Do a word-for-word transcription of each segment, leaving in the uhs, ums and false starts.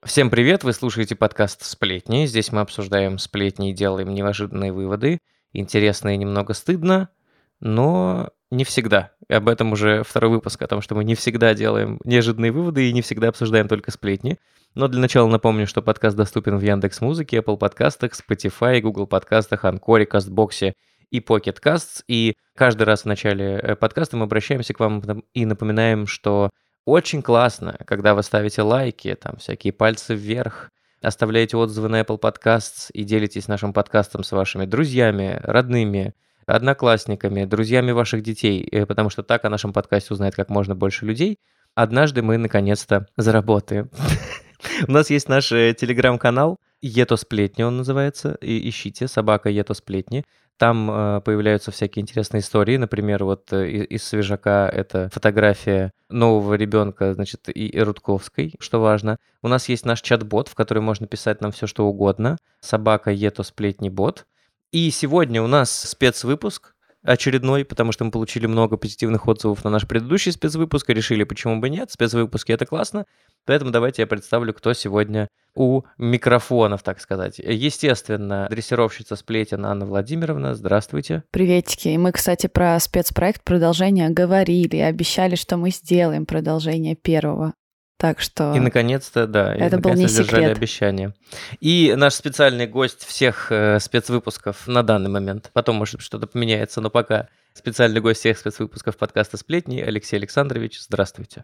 Всем привет! Вы слушаете подкаст «Сплетни». Здесь мы обсуждаем сплетни и делаем неожиданные выводы. Интересно и немного стыдно, но не всегда. И об этом уже второй выпуск, о том, что мы не всегда делаем неожиданные выводы и не всегда обсуждаем только сплетни. Но для начала напомню, что подкаст доступен в Яндекс.Музыке, Apple подкастах, Spotify, Google подкастах, Анкоре, Кастбоксе и Pocket Casts. И каждый раз в начале подкаста мы обращаемся к вам и напоминаем, что очень классно, когда вы ставите лайки, там всякие пальцы вверх, оставляете отзывы на Apple Podcasts и делитесь нашим подкастом с вашими друзьями, родными, одноклассниками, друзьями ваших детей, потому что так о нашем подкасте узнает как можно больше людей. Однажды мы наконец-то заработаем. У нас есть наш телеграм-канал, Ето Сплетни он называется, и ищите, собака Ето Сплетни. Там э, появляются всякие интересные истории. Например, вот э, из свежака это фотография нового ребенка, значит, и, и Рудковской, что важно. У нас есть наш чат-бот, в который можно писать нам все, что угодно. Собака Ето Сплетни бот. И сегодня у нас спецвыпуск очередной, потому что мы получили много позитивных отзывов на наш предыдущий спецвыпуск и решили, почему бы нет. Спецвыпуски — это классно. Поэтому давайте я представлю, кто сегодня у микрофонов, так сказать. Естественно, дрессировщица сплетен Анна Владимировна. Здравствуйте. Приветики. И мы, кстати, про спецпроект продолжения говорили, обещали, что мы сделаем продолжение первого. Так что... И, наконец-то, да, это и, был наконец-то не сдержали секрет. обещание. И наш специальный гость всех э, спецвыпусков на данный момент. Потом, может, что-то поменяется, но пока специальный гость всех спецвыпусков подкаста «Сплетни» Алексей Александрович. Здравствуйте.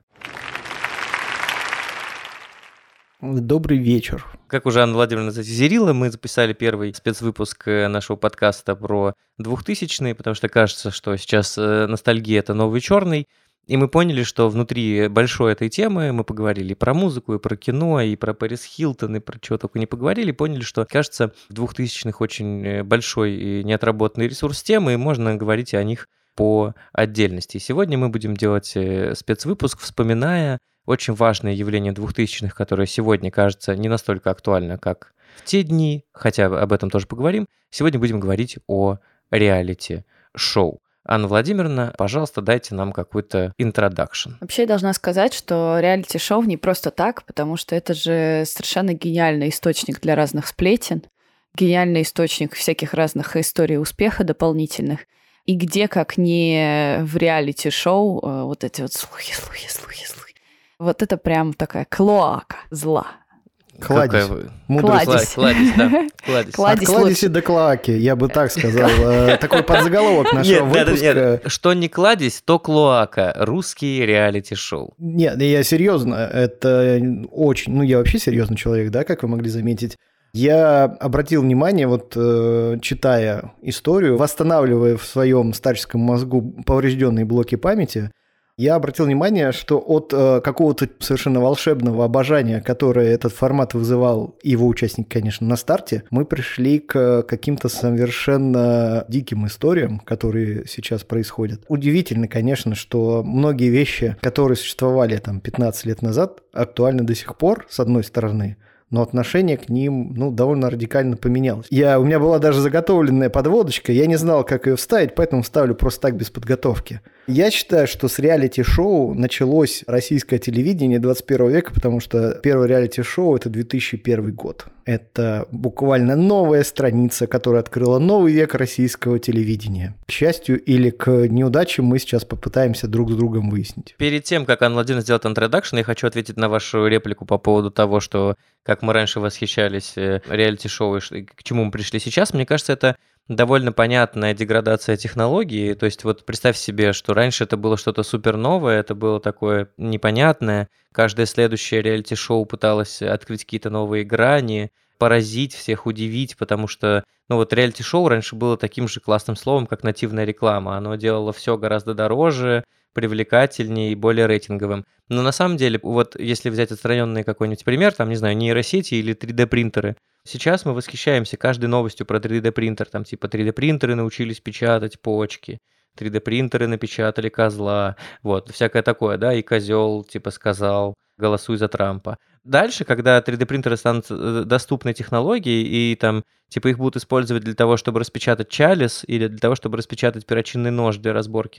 Добрый вечер. Как уже Анна Владимировна затизерила, мы записали первый спецвыпуск нашего подкаста про двухтысячные, потому что кажется, что сейчас ностальгия — это новый черный. И мы поняли, что внутри большой этой темы мы поговорили и про музыку, и про кино, и про Пэрис Хилтон, и про чего только не поговорили. Поняли, что, кажется, в двухтысячных очень большой и неотработанный ресурс темы, и можно говорить о них по отдельности. И сегодня мы будем делать спецвыпуск, вспоминая очень важное явление двухтысячных, которое сегодня кажется не настолько актуально, как в те дни, хотя об этом тоже поговорим. Сегодня будем говорить о реалити-шоу. Анна Владимировна, пожалуйста, дайте нам какой-то интродакшн. Вообще я должна сказать, что реалити-шоу не просто так, потому что это же совершенно гениальный источник для разных сплетен, гениальный источник всяких разных историй успеха дополнительных. И где, как не в реалити-шоу, вот эти вот слухи, слухи, слухи, слухи. Вот это прям такая клоака зла. Кладезь. Мудрый кладезь, кладезь, да. Кладезь. Кладезь От кладези до клоаки, я бы так сказал. Такой подзаголовок нашего Нет, выпуска. нет, нет. Что не кладезь, то клоака. Русские реалити-шоу. Нет, я серьезно. Это очень... Ну, я вообще серьезный человек, да, как вы могли заметить. Я обратил внимание, вот читая историю, восстанавливая в своем старческом мозгу поврежденные блоки памяти, я обратил внимание, что от э, какого-то совершенно волшебного обожания, которое этот формат вызывал, и его участники, конечно, на старте, мы пришли к каким-то совершенно диким историям, которые сейчас происходят. Удивительно, конечно, что многие вещи, которые существовали там пятнадцать лет назад, актуальны до сих пор, с одной стороны, но отношение к ним, ну, довольно радикально поменялось. Я, у меня была даже заготовленная подводочка, я не знал, как ее вставить, поэтому вставлю просто так, без подготовки. Я считаю, что с реалити-шоу началось российское телевидение двадцать первого века, потому что первое реалити-шоу – это две тысячи первый год. Это буквально новая страница, которая открыла новый век российского телевидения. К счастью или к неудаче мы сейчас попытаемся друг с другом выяснить. Перед тем, как Анна Владимировна сделает интродакшн, я хочу ответить на вашу реплику по поводу того, что как мы раньше восхищались реалити-шоу и к чему мы пришли сейчас. Мне кажется, это довольно понятная деградация технологий. То есть вот представь себе, что раньше это было что-то супер новое, это было такое непонятное. Каждое следующее реалити-шоу пыталось открыть какие-то новые грани, поразить всех, удивить, потому что, ну вот реалити-шоу раньше было таким же классным словом, как нативная реклама. Оно делало все гораздо дороже, привлекательнее и более рейтинговым. Но на самом деле, вот если взять отстраненный какой-нибудь пример, там, не знаю, нейросети или три дэ-принтеры, сейчас мы восхищаемся каждой новостью про три дэ-принтер, там типа три дэ-принтеры научились печатать почки, три дэ-принтеры напечатали козла, вот, всякое такое, да, и козел типа сказал, голосуй за Трампа. Дальше, когда три дэ-принтеры станут доступной технологией, и там, типа, их будут использовать для того, чтобы распечатать чалис, или для того, чтобы распечатать перочинный нож для разборки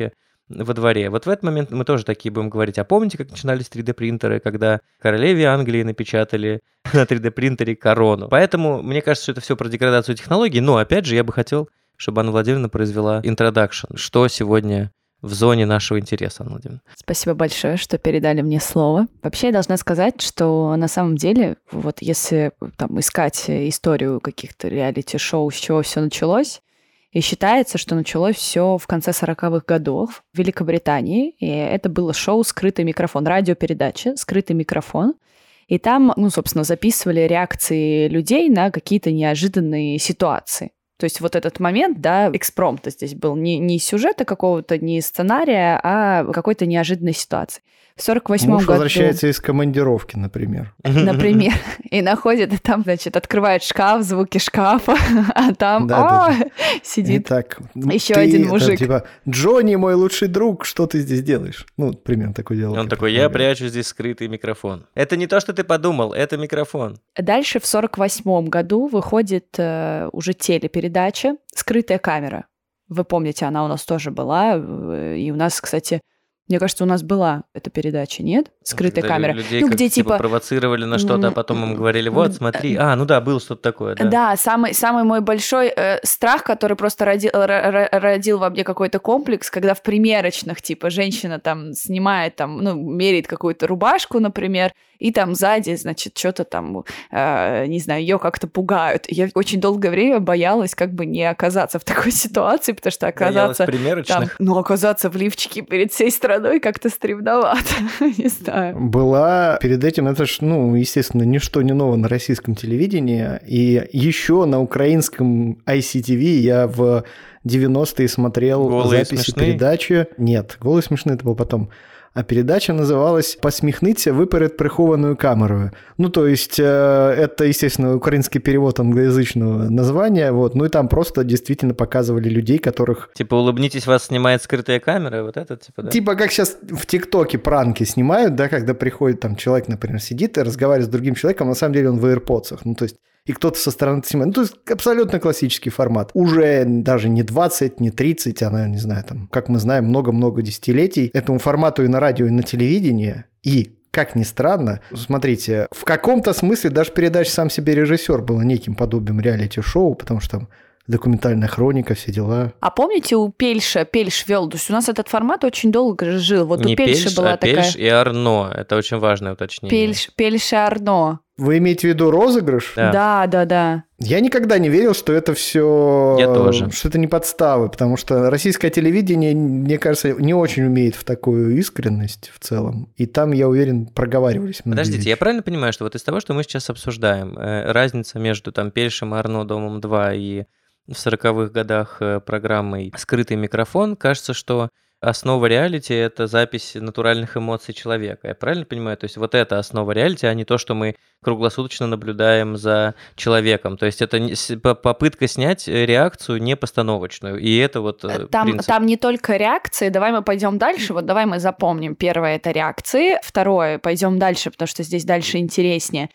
во дворе. Вот в этот момент мы тоже такие будем говорить, а помните, как начинались три дэ-принтеры, когда королеве Англии напечатали на три дэ-принтере корону? Поэтому мне кажется, что это все про деградацию технологий, но, опять же, я бы хотел, чтобы Анна Владимировна произвела интродакшн, что сегодня в зоне нашего интереса, Анна Владимировна. Спасибо большое, что передали мне слово. Вообще, я должна сказать, что на самом деле, вот если там искать историю каких-то реалити-шоу, с чего все началось, и считается, что началось все в конце сороковых годов в Великобритании, и это было шоу «Скрытый микрофон», радиопередача «Скрытый микрофон». И там, ну, собственно, записывали реакции людей на какие-то неожиданные ситуации. То есть вот этот момент, да, экспромта здесь был не, не сюжета какого-то, не сценария, а какой-то неожиданной ситуации. В сорок восьмом Муж году... возвращается из командировки, например. Например. И находит, и там, значит, открывает шкаф, звуки шкафа, а там Да, да, да. сидит Итак, еще ты, один это, мужик. типа, Джонни, мой лучший друг, что ты здесь делаешь? Ну, примерно такое дело. Он такой, я прячу здесь скрытый микрофон. Это не то, что ты подумал, это микрофон. Дальше в сорок восьмом году выходит э, уже телепередача «Скрытая камера». Вы помните, она у нас тоже была. И у нас, кстати, мне кажется, у нас была эта передача, нет? «Скрытая Когда камера». людей Ну, как, где типа типа... провоцировали на что-то, а потом им говорили, вот, смотри. А, ну да, было что-то такое, да. Да, самый, самый мой большой э, страх, который просто родил, р- родил во мне какой-то комплекс, когда в примерочных, типа, женщина там снимает, там, ну, меряет какую-то рубашку, например, и там сзади, значит, что-то там, э, не знаю, ее как-то пугают. Я очень долгое время боялась как бы не оказаться в такой ситуации, потому что оказаться... Там, ну, оказаться в лифчике перед всей страной как-то стремновато, не знаю. Была перед этим, это ж, ну, естественно, ничто не ново на российском телевидении, и еще на украинском ай си ти ви я в девяностые смотрел Голые записи смешные? передачи. Нет, «Голые смешные» это было потом. А передача называлась «Посміхниться ви перед прихованою камерою». Ну, то есть, э, это, естественно, украинский перевод англоязычного названия, вот, ну и там просто действительно показывали людей, которых... Типа, улыбнитесь, вас снимает скрытая камера, вот это, типа, да? Типа, как сейчас в ТикТоке пранки снимают, да, когда приходит там человек, например, сидит и разговаривает с другим человеком, на самом деле он в AirPods, ну, то есть, и кто-то со стороны снимает. Ну, то есть, абсолютно классический формат. Уже даже не двадцать, не тридцать, а, наверное, не знаю, там, как мы знаем, много-много десятилетий этому формату и на радио, и на телевидении. И, как ни странно, смотрите, в каком-то смысле даже передача «Сам себе режиссер» была неким подобием реалити-шоу, потому что там документальная хроника, все дела. А помните, у Пельша, Пельш вел, то есть у нас этот формат очень долго жил. Вот не у Пельша Пельш, была а такая... Пельш и Арно. Это очень важное уточнение. Пельш, Пельш и Арно. Вы имеете в виду розыгрыш? Да. Да, да, да. Я никогда не верил, что это все... Я тоже. Что это не подставы, потому что российское телевидение, мне кажется, не очень умеет в такую искренность в целом. И там, я уверен, проговаривались многие Подождите, вещи. я правильно понимаю, что вот из того, что мы сейчас обсуждаем, э, разница между там Пельшем, Арно, Домом два и в сороковых годах э, программой «Скрытый микрофон», кажется, что основа реалити – это запись натуральных эмоций человека. Я правильно понимаю? То есть вот это основа реалити, а не то, что мы круглосуточно наблюдаем за человеком. То есть это не- с- по- попытка снять реакцию непостановочную. И это вот э, Там, принцип. там не только реакции. Давай мы пойдем дальше. Вот давай мы запомним. Первое – это реакции. Второе – пойдем дальше, потому что здесь дальше интереснее.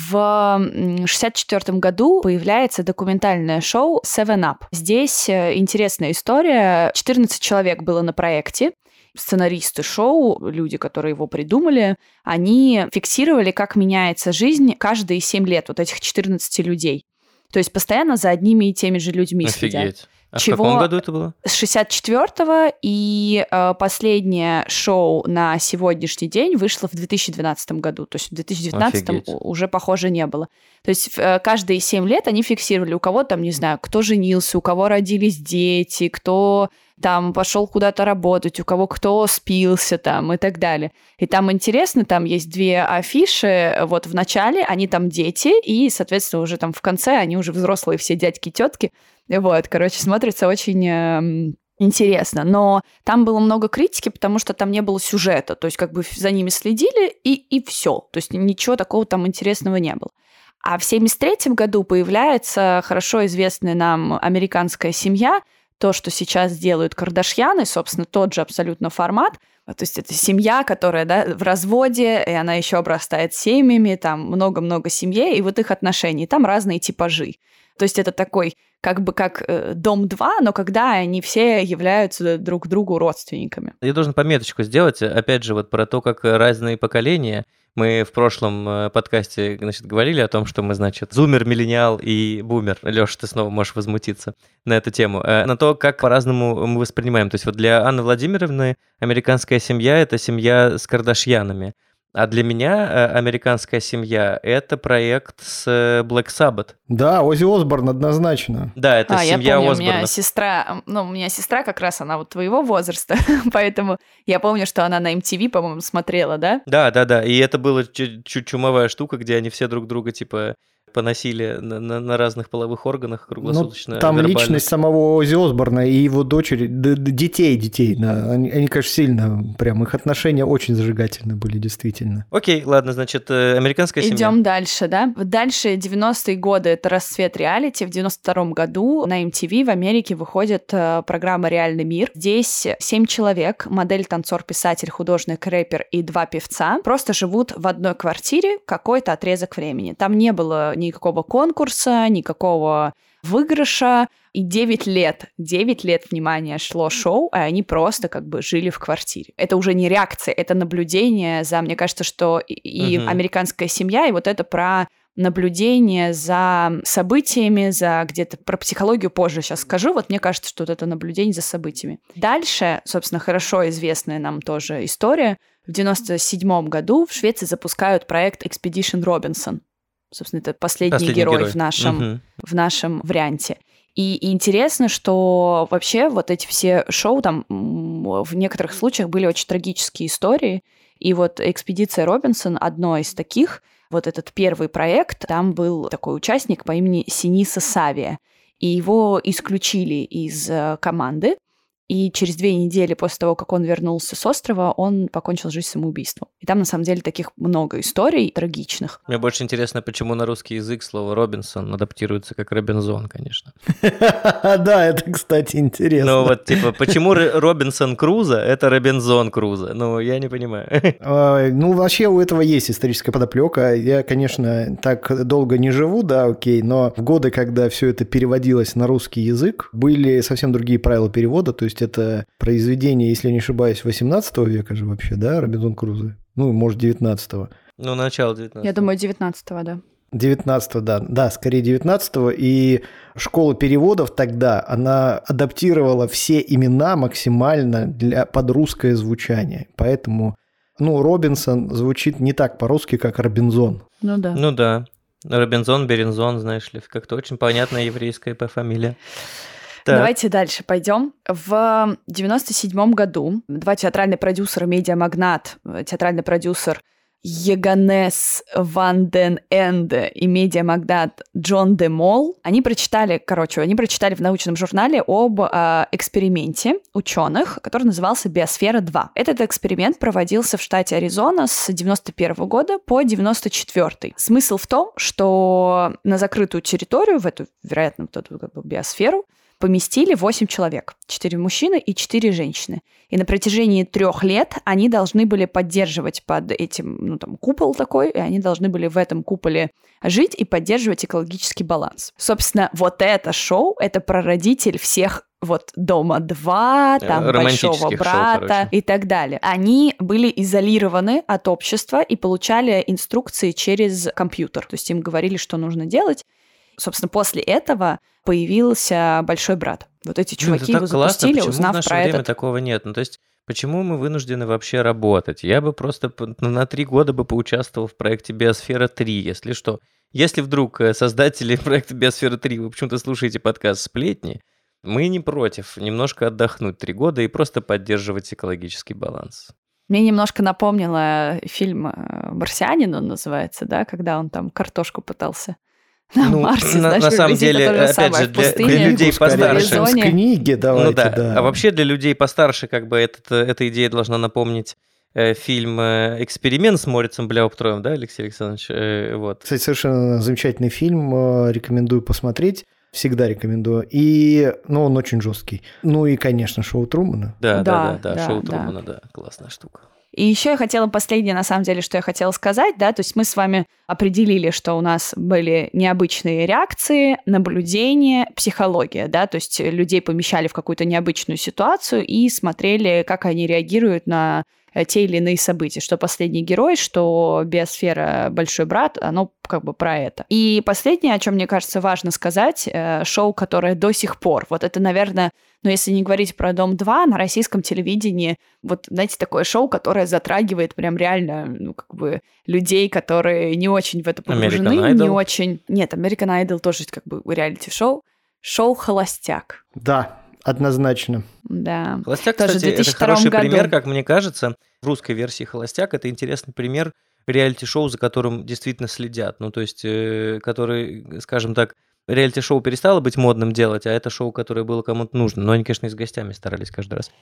В шестьдесят четвёртом году появляется документальное шоу Seven Up. Здесь э, интересная история. четырнадцать человек было на проекте. Сценаристы шоу, люди, которые его придумали, они фиксировали, как меняется жизнь каждые семь лет вот этих четырнадцати людей. То есть постоянно за одними и теми же людьми следят. Офигеть. А Чего? в каком году это было? С шестьдесят четвёртого, и э, последнее шоу на сегодняшний день вышло в две тысячи двенадцатом году. То есть в две тысячи девятнадцатом Офигеть. у- уже, похоже, не было. То есть э, каждые семь лет они фиксировали, у кого там, не знаю, кто женился, у кого родились дети, кто там пошел куда-то работать, у кого кто спился там и так далее. И там интересно, там есть две афиши, вот в начале они там дети, и, соответственно, уже там в конце они уже взрослые все дядьки, тетки. Вот, короче, смотрится очень эм, интересно. Но там было много критики, потому что там не было сюжета. То есть как бы за ними следили, и, и все. То есть ничего такого там интересного не было. А в семьдесят третьем году появляется хорошо известная нам «Американская семья», то, что сейчас делают Кардашьяны, собственно, тот же абсолютно формат, То есть это семья, которая, да, в разводе, и она еще обрастает семьями, там много-много семей, и вот их отношений, там разные типажи. То есть это такой, как бы как э, «Дом два», но когда они все являются друг другу родственниками. Я должен пометочку сделать, опять же, вот про то, как разные поколения. Мы в прошлом э, подкасте, значит, говорили о том, что мы, значит, зумер, миллениал и бумер. Лёша, ты снова можешь возмутиться на эту тему. Э, на то, как по-разному мы воспринимаем. То есть вот для Анны Владимировны американская семья – это семья с Кардашьянами. А для меня э, американская семья – это проект с э, Black Sabbath. Да, Оззи Осборн однозначно. Да, это а, семья я помню, Осборнов. У меня сестра, ну, у меня сестра как раз, она вот твоего возраста, поэтому я помню, что она на эм ти ви, по-моему, смотрела, да? Да, да, да, и это была чуть чумовая штука, где они все друг друга, типа, поносили на, на, на разных половых органах круглосуточно. Ну, там вербально. личность самого Оззи Осборна и его дочери, д- д- детей, детей, да, они, они, конечно, сильно, прям их отношения очень зажигательны были, действительно. Окей, ладно, значит, американская семья. Идем дальше, да? Дальше девяностые годы – это расцвет реалити. В девяносто втором году на эм ти ви в Америке выходит программа «Реальный мир». Здесь семь человек, модель, танцор, писатель, художник, рэпер и два певца, просто живут в одной квартире какой-то отрезок времени. Там не было никакого конкурса, никакого выигрыша. И девять лет, девять лет, внимание, шло шоу, а они просто как бы жили в квартире. Это уже не реакция, это наблюдение за, мне кажется, что и, и Мгм. американская семья, и вот это про наблюдение за событиями, за где-то про психологию позже сейчас скажу. Вот мне кажется, что вот это наблюдение за событиями. Дальше, собственно, хорошо известная нам тоже история. В девяносто седьмом году в Швеции запускают проект Expedition Robinson. Собственно, это последний, Последний герой, герой. В, нашем, Мгм. в нашем варианте. И, и интересно, что вообще вот эти все шоу, там м, в некоторых случаях были очень трагические истории. И вот «Экспедиция Робинсон» одно из таких. Вот этот первый проект, там был такой участник по имени Синиса Савия. И его исключили из э, команды. И через две недели после того, как он вернулся с острова, он покончил жизнь самоубийством. И там, на самом деле, таких много историй трагичных. Мне больше интересно, почему на русский язык слово «Робинсон» адаптируется как «Робинзон», конечно. Да, это, кстати, интересно. Ну вот, типа, почему Р- Робинсон Крузо – это Робинзон Крузо? Ну, я не понимаю. А, Ну, вообще у этого есть историческая подоплека. Я, конечно, так долго не живу, да, окей, но в годы, когда все это переводилось на русский язык, были совсем другие правила перевода, то есть это произведение, если я не ошибаюсь, восемнадцатого века же вообще, да, Робинзон Крузо? Ну, может, девятнадцатого. Ну, начало девятнадцатого. Я думаю, девятнадцатого, да. девятнадцатого, да, да, скорее девятнадцатого, и школа переводов тогда, она адаптировала все имена максимально для, под русское звучание, поэтому, ну, Робинсон звучит не так по-русски, как Робинзон. Ну да. Ну да. Робинзон, Беринзон, знаешь ли, как-то очень понятная еврейская фамилия. Так. Давайте дальше пойдем. В девяносто седьмом году два театральные продюсера, медиамагнат, театральный продюсер Йоганнес Ван ден Энде и медиамагнат Джон де Мол, они прочитали, короче, они прочитали в научном журнале об э, эксперименте ученых, который назывался «Биосфера два». Этот эксперимент проводился в штате Аризона с девяносто первого года по девяносто четвёртый. Смысл в том, что на закрытую территорию, в эту, вероятно, вот эту как бы, биосферу, поместили восемь человек, четыре мужчины и четыре женщины. И на протяжении трех лет они должны были поддерживать под этим, ну, там, купол такой, и они должны были в этом куполе жить и поддерживать экологический баланс. Собственно, вот это шоу, это прародитель всех вот «Дома два», там «Большого брата» шоу, и так далее. Они были изолированы от общества и получали инструкции через компьютер. То есть им говорили, что нужно делать. Собственно, после этого появился «Большой брат». Вот эти чуваки его запустили, классно. узнав в наше про время этот... такого нет? Ну, то есть, почему мы вынуждены вообще работать? Я бы просто на три года бы поучаствовал в проекте «Биосфера три», если что. Если вдруг создатели проекта «Биосфера три», вы почему-то слушаете подкаст «Сплетни», мы не против немножко отдохнуть три года и просто поддерживать экологический баланс. Мне немножко напомнило фильм «Марсианин», он называется, да, когда он там картошку пытался... На ну, Марсе, на, знаешь, на самом деле, опять самое, же, для, для людей постарше. С книги давайте, ну, да. да. А вообще для людей постарше, как бы, этот, эта идея должна напомнить э, фильм э, «Эксперимент» с Морицем Бляуптроем, да, Алексей Александрович? Э, вот. Кстати, совершенно замечательный фильм, рекомендую посмотреть. Всегда рекомендую. И, ну, он очень жесткий. Ну и, конечно, шоу Трумана. Да, да, Да, да, да, да, шоу да. Трумана, да, классная штука. И еще я хотела последнее, на самом деле, что я хотела сказать, да, то есть мы с вами определили, что у нас были необычные реакции, наблюдения, психология, да, то есть людей помещали в какую-то необычную ситуацию и смотрели, как они реагируют на те или иные события, что «Последний герой», что «Биосфера. Большой брат», оно как бы про это. И последнее, о чем мне кажется важно сказать, шоу, которое до сих пор, вот это, наверное, но если не говорить про «Дом-два», на российском телевидении, вот, знаете, такое шоу, которое затрагивает прям реально, ну, как бы, людей, которые не очень в это погружены, American Idol? не очень... Нет, American Idol тоже как бы реалити-шоу. Шоу «Холостяк». Да, однозначно. Да. «Холостяк», Тоже в кстати, две это тысячи втором хороший году. пример, как мне кажется. В русской версии «Холостяк» это интересный пример реалити-шоу, за которым действительно следят. Ну, то есть, э, который, скажем так, реалити-шоу перестало быть модным делать, а это шоу, которое было кому-то нужно. Но они, конечно, и с гостями старались каждый раз.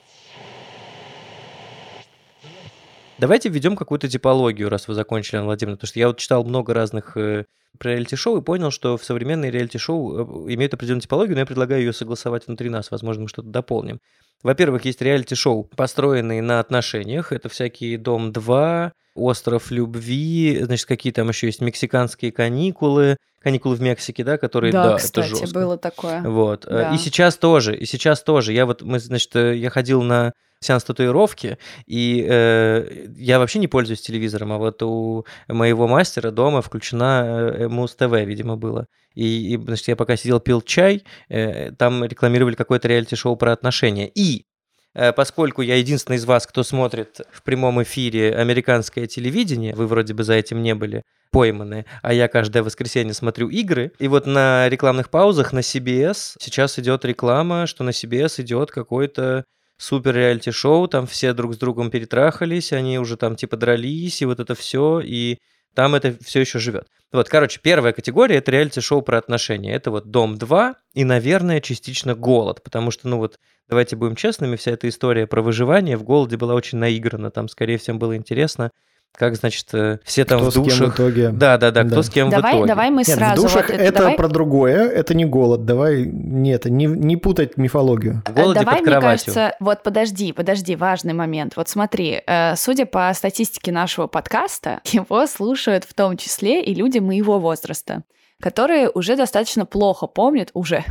Давайте введем какую-то типологию, раз вы закончили, Анна Владимировна, потому что я вот читал много разных э, про реалити-шоу и понял, что в современные реалити-шоу э, имеют определенную типологию, но я предлагаю ее согласовать внутри нас, возможно, мы что-то дополним. Во-первых, есть реалити-шоу, построенные на отношениях, это всякие «Дом-два», «Остров любви», значит, какие там еще есть мексиканские каникулы, каникулы в Мексике, да, которые, Да, да, кстати, это жестко. было такое. Вот. Да. И сейчас тоже, и сейчас тоже. Я вот, мы, значит, я ходил на сеанс татуировки, и э, я вообще не пользуюсь телевизором, а вот у моего мастера дома включена э, Муз-ТВ, видимо, было. И, и, значит, я пока сидел, пил чай, э, там рекламировали какое-то реалити-шоу про отношения. И э, поскольку я единственный из вас, кто смотрит в прямом эфире американское телевидение, вы вроде бы за этим не были пойманы, а я каждое воскресенье смотрю игры, и вот на рекламных паузах на си би эс сейчас идет реклама, что на си би эс идет какой-то супер реалити-шоу, там все друг с другом перетрахались, они уже там типа дрались, и вот это все, и там это все еще живет. Вот, короче, первая категория — это реалити-шоу про отношения. Это вот «Дом-два» и, наверное, частично «Голод», потому что, ну вот, давайте будем честными, вся эта история про выживание в «Голоде» была очень наиграна, там скорее всем было интересно, как, значит, все там кто в душах... С кем в итоге. Да, да, да, кто Да. с кем Давай, в итоге. давай мы Нет, сразу... в душах вот это давай... про другое, это не голод. Давай, нет, не, не путать мифологию. В «Голоде» Давай, под мне кроватью. кажется, вот подожди, подожди, важный момент. Вот смотри, э, судя по статистике нашего подкаста, его слушают в том числе и люди моего возраста, которые уже достаточно плохо помнят, уже,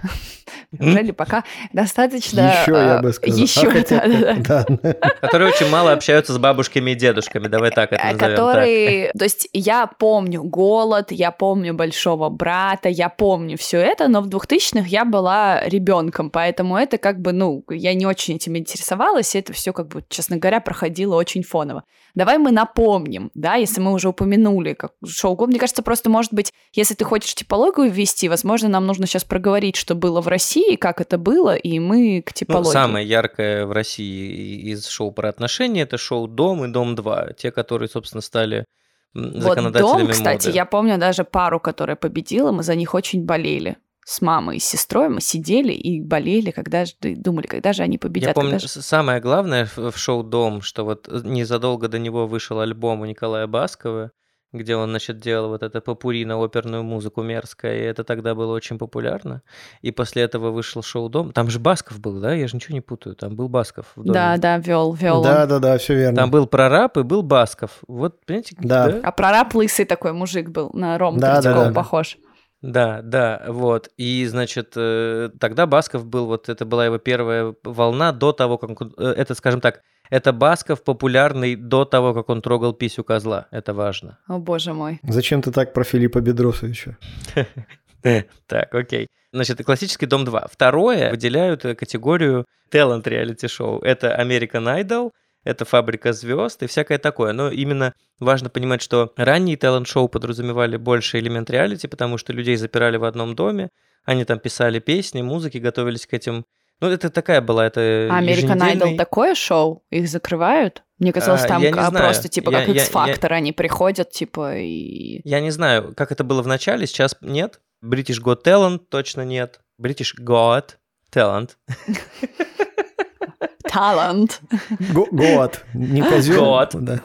уже ли пока, достаточно... Еще, я бы сказал. Еще, А хотя- да-да-да. да. Которые очень мало общаются с бабушками и дедушками, давай так это назовем. так. Которые, то есть я помню «Голод», я помню «Большого брата», я помню все это, но в двухтысячных я была ребенком, поэтому это как бы, ну, я не очень этим интересовалась, и это все как бы, честно говоря, проходило очень фоново. Давай мы напомним, да, если мы уже упомянули как шоу «Голод», мне кажется, просто, может быть, если ты хочешь типологию ввести, возможно, нам нужно сейчас проговорить, что было в России, как это было, и мы к Ну, типологии. самое яркое в России из шоу про отношения — это шоу «Дом» и «Дом-два». Те, которые, собственно, стали м, Вот законодателями «Дом», кстати, моды. я помню даже пару, которая победила, мы за них очень болели. С мамой и с сестрой мы сидели и болели, когда же думали, когда же они победят. Я помню, когда же... с- самое главное в в шоу «Дом», что вот незадолго до него вышел альбом у Николая Баскова, где он, значит, делал вот это попурри на оперную музыку мерзкое, и это тогда было очень популярно. И после этого вышел шоу «Дом». Там же Басков был, да? Я же ничего не путаю. Там был Басков в «Доме». Да, да, вел, вел Да, он. да, да, все верно. Там был прораб и был Басков. Вот, понимаете? Да. А прораб лысый такой мужик был, на Рому Да, да, Третьякова да, да. похож. Да, да, вот. И, значит, э, тогда Басков был, вот это была его первая волна до того, как он, э, это, скажем так, это Басков популярный до того, как он трогал писю козла. Это важно. О, боже мой. Зачем ты так про Филиппа Бедросовича? Так, окей. Значит, классический «Дом-два». Второе, выделяют э, категорию талант реалити-шоу. Это American Idol, это «Фабрика звезд» и всякое такое. Но именно важно понимать, что ранние талант-шоу подразумевали больше элемент реалити, потому что людей запирали в одном доме, они там писали песни, музыки, готовились к этим. Ну, это такая была, это А American еженедельный- Idol такое шоу? Их закрывают? Мне казалось, А, там я не а, знаю. просто типа Я- как я- я- X-Factor, они приходят, типа, и... Я не знаю, как это было в начале, сейчас нет. British Got Talent точно нет. British Got Talent. Талант. Го- Год, не козел. Год. Да.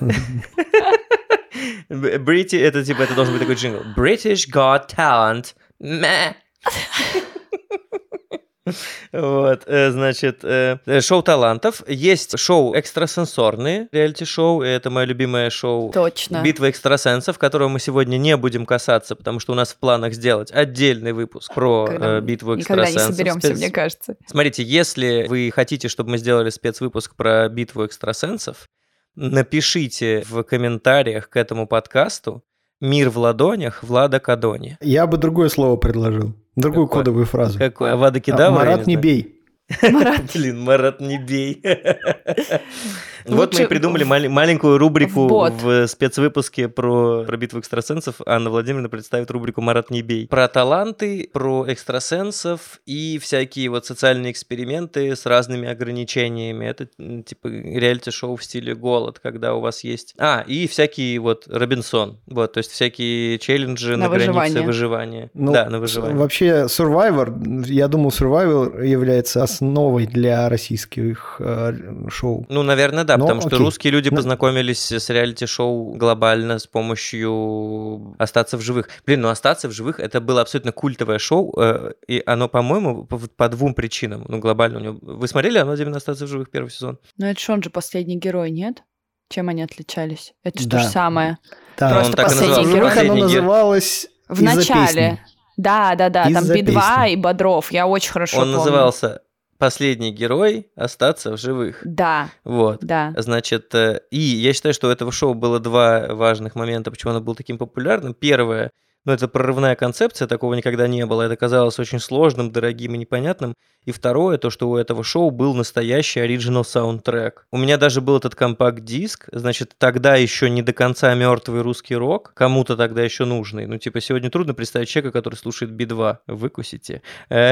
British, это типа, это должен быть такой джингл. British Got Talent. Мэ. Вот, э, значит, э, шоу талантов. Есть шоу экстрасенсорные, реалити-шоу. И это мое любимое шоу Точно. «Битва экстрасенсов», которого мы сегодня не будем касаться, потому что у нас в планах сделать отдельный выпуск про Когда э, «Битву никогда не экстрасенсов». соберемся, Спец- мне кажется. Смотрите, если вы хотите, чтобы мы сделали спецвыпуск про «Битву экстрасенсов», напишите в комментариях к этому подкасту «Мир в ладонях» Влада Кадони. Я бы другое слово предложил. Другую Какое? кодовую фразу. Какой? Авада А, Кедавра? Марат, не бей. Марат. Блин, Марат, не бей. Вот мы Лучше и придумали мали- маленькую рубрику в бот. в спецвыпуске про, про битву экстрасенсов. Анна Владимировна представит рубрику «Марат, не бей». Про таланты, про экстрасенсов и всякие вот социальные эксперименты с разными ограничениями. Это м, типа реалити-шоу в стиле «Голод», когда у вас есть... А, и всякие вот Робинсон. Вот, то есть всякие челленджи на, На границе выживание. выживания. Ну, да, на с- выживание. Вообще, Survivor, я думал, Survivor является основой для российских э, шоу. Ну, наверное, да, Но потому что окей. русские люди Ну- познакомились с реалити-шоу глобально с помощью «Остаться в живых». Блин, ну «Остаться в живых» — это было абсолютно культовое шоу, э, и оно, по-моему, по, по двум причинам. Ну, глобально у него... Вы смотрели оно именно «Остаться в живых» первый сезон? Ну это же он же последний герой, нет? Чем они отличались? Это же Да. то же самое. Да. Просто он так и последний назывался, герой. Во-первых, оно «Последний герой». называлось В из-за начале. песни. Да, да, да. Там Из-за Би два песни. и Бодров. Я очень хорошо Он помню. назывался «Последний герой. Остаться в живых». Да, Вот. да. Значит, э, и я считаю, что у этого шоу было два важных момента, почему оно было таким популярным. Первое, ну, это прорывная концепция, такого никогда не было. Это казалось очень сложным, дорогим и непонятным. И второе, то, что у этого шоу был настоящий оригинал саундтрек. У меня даже был этот компакт-диск, значит, тогда еще не до конца мертвый русский рок, кому-то тогда еще нужный. Ну, типа, сегодня трудно представить человека, который слушает Би два. Выкусите. Э,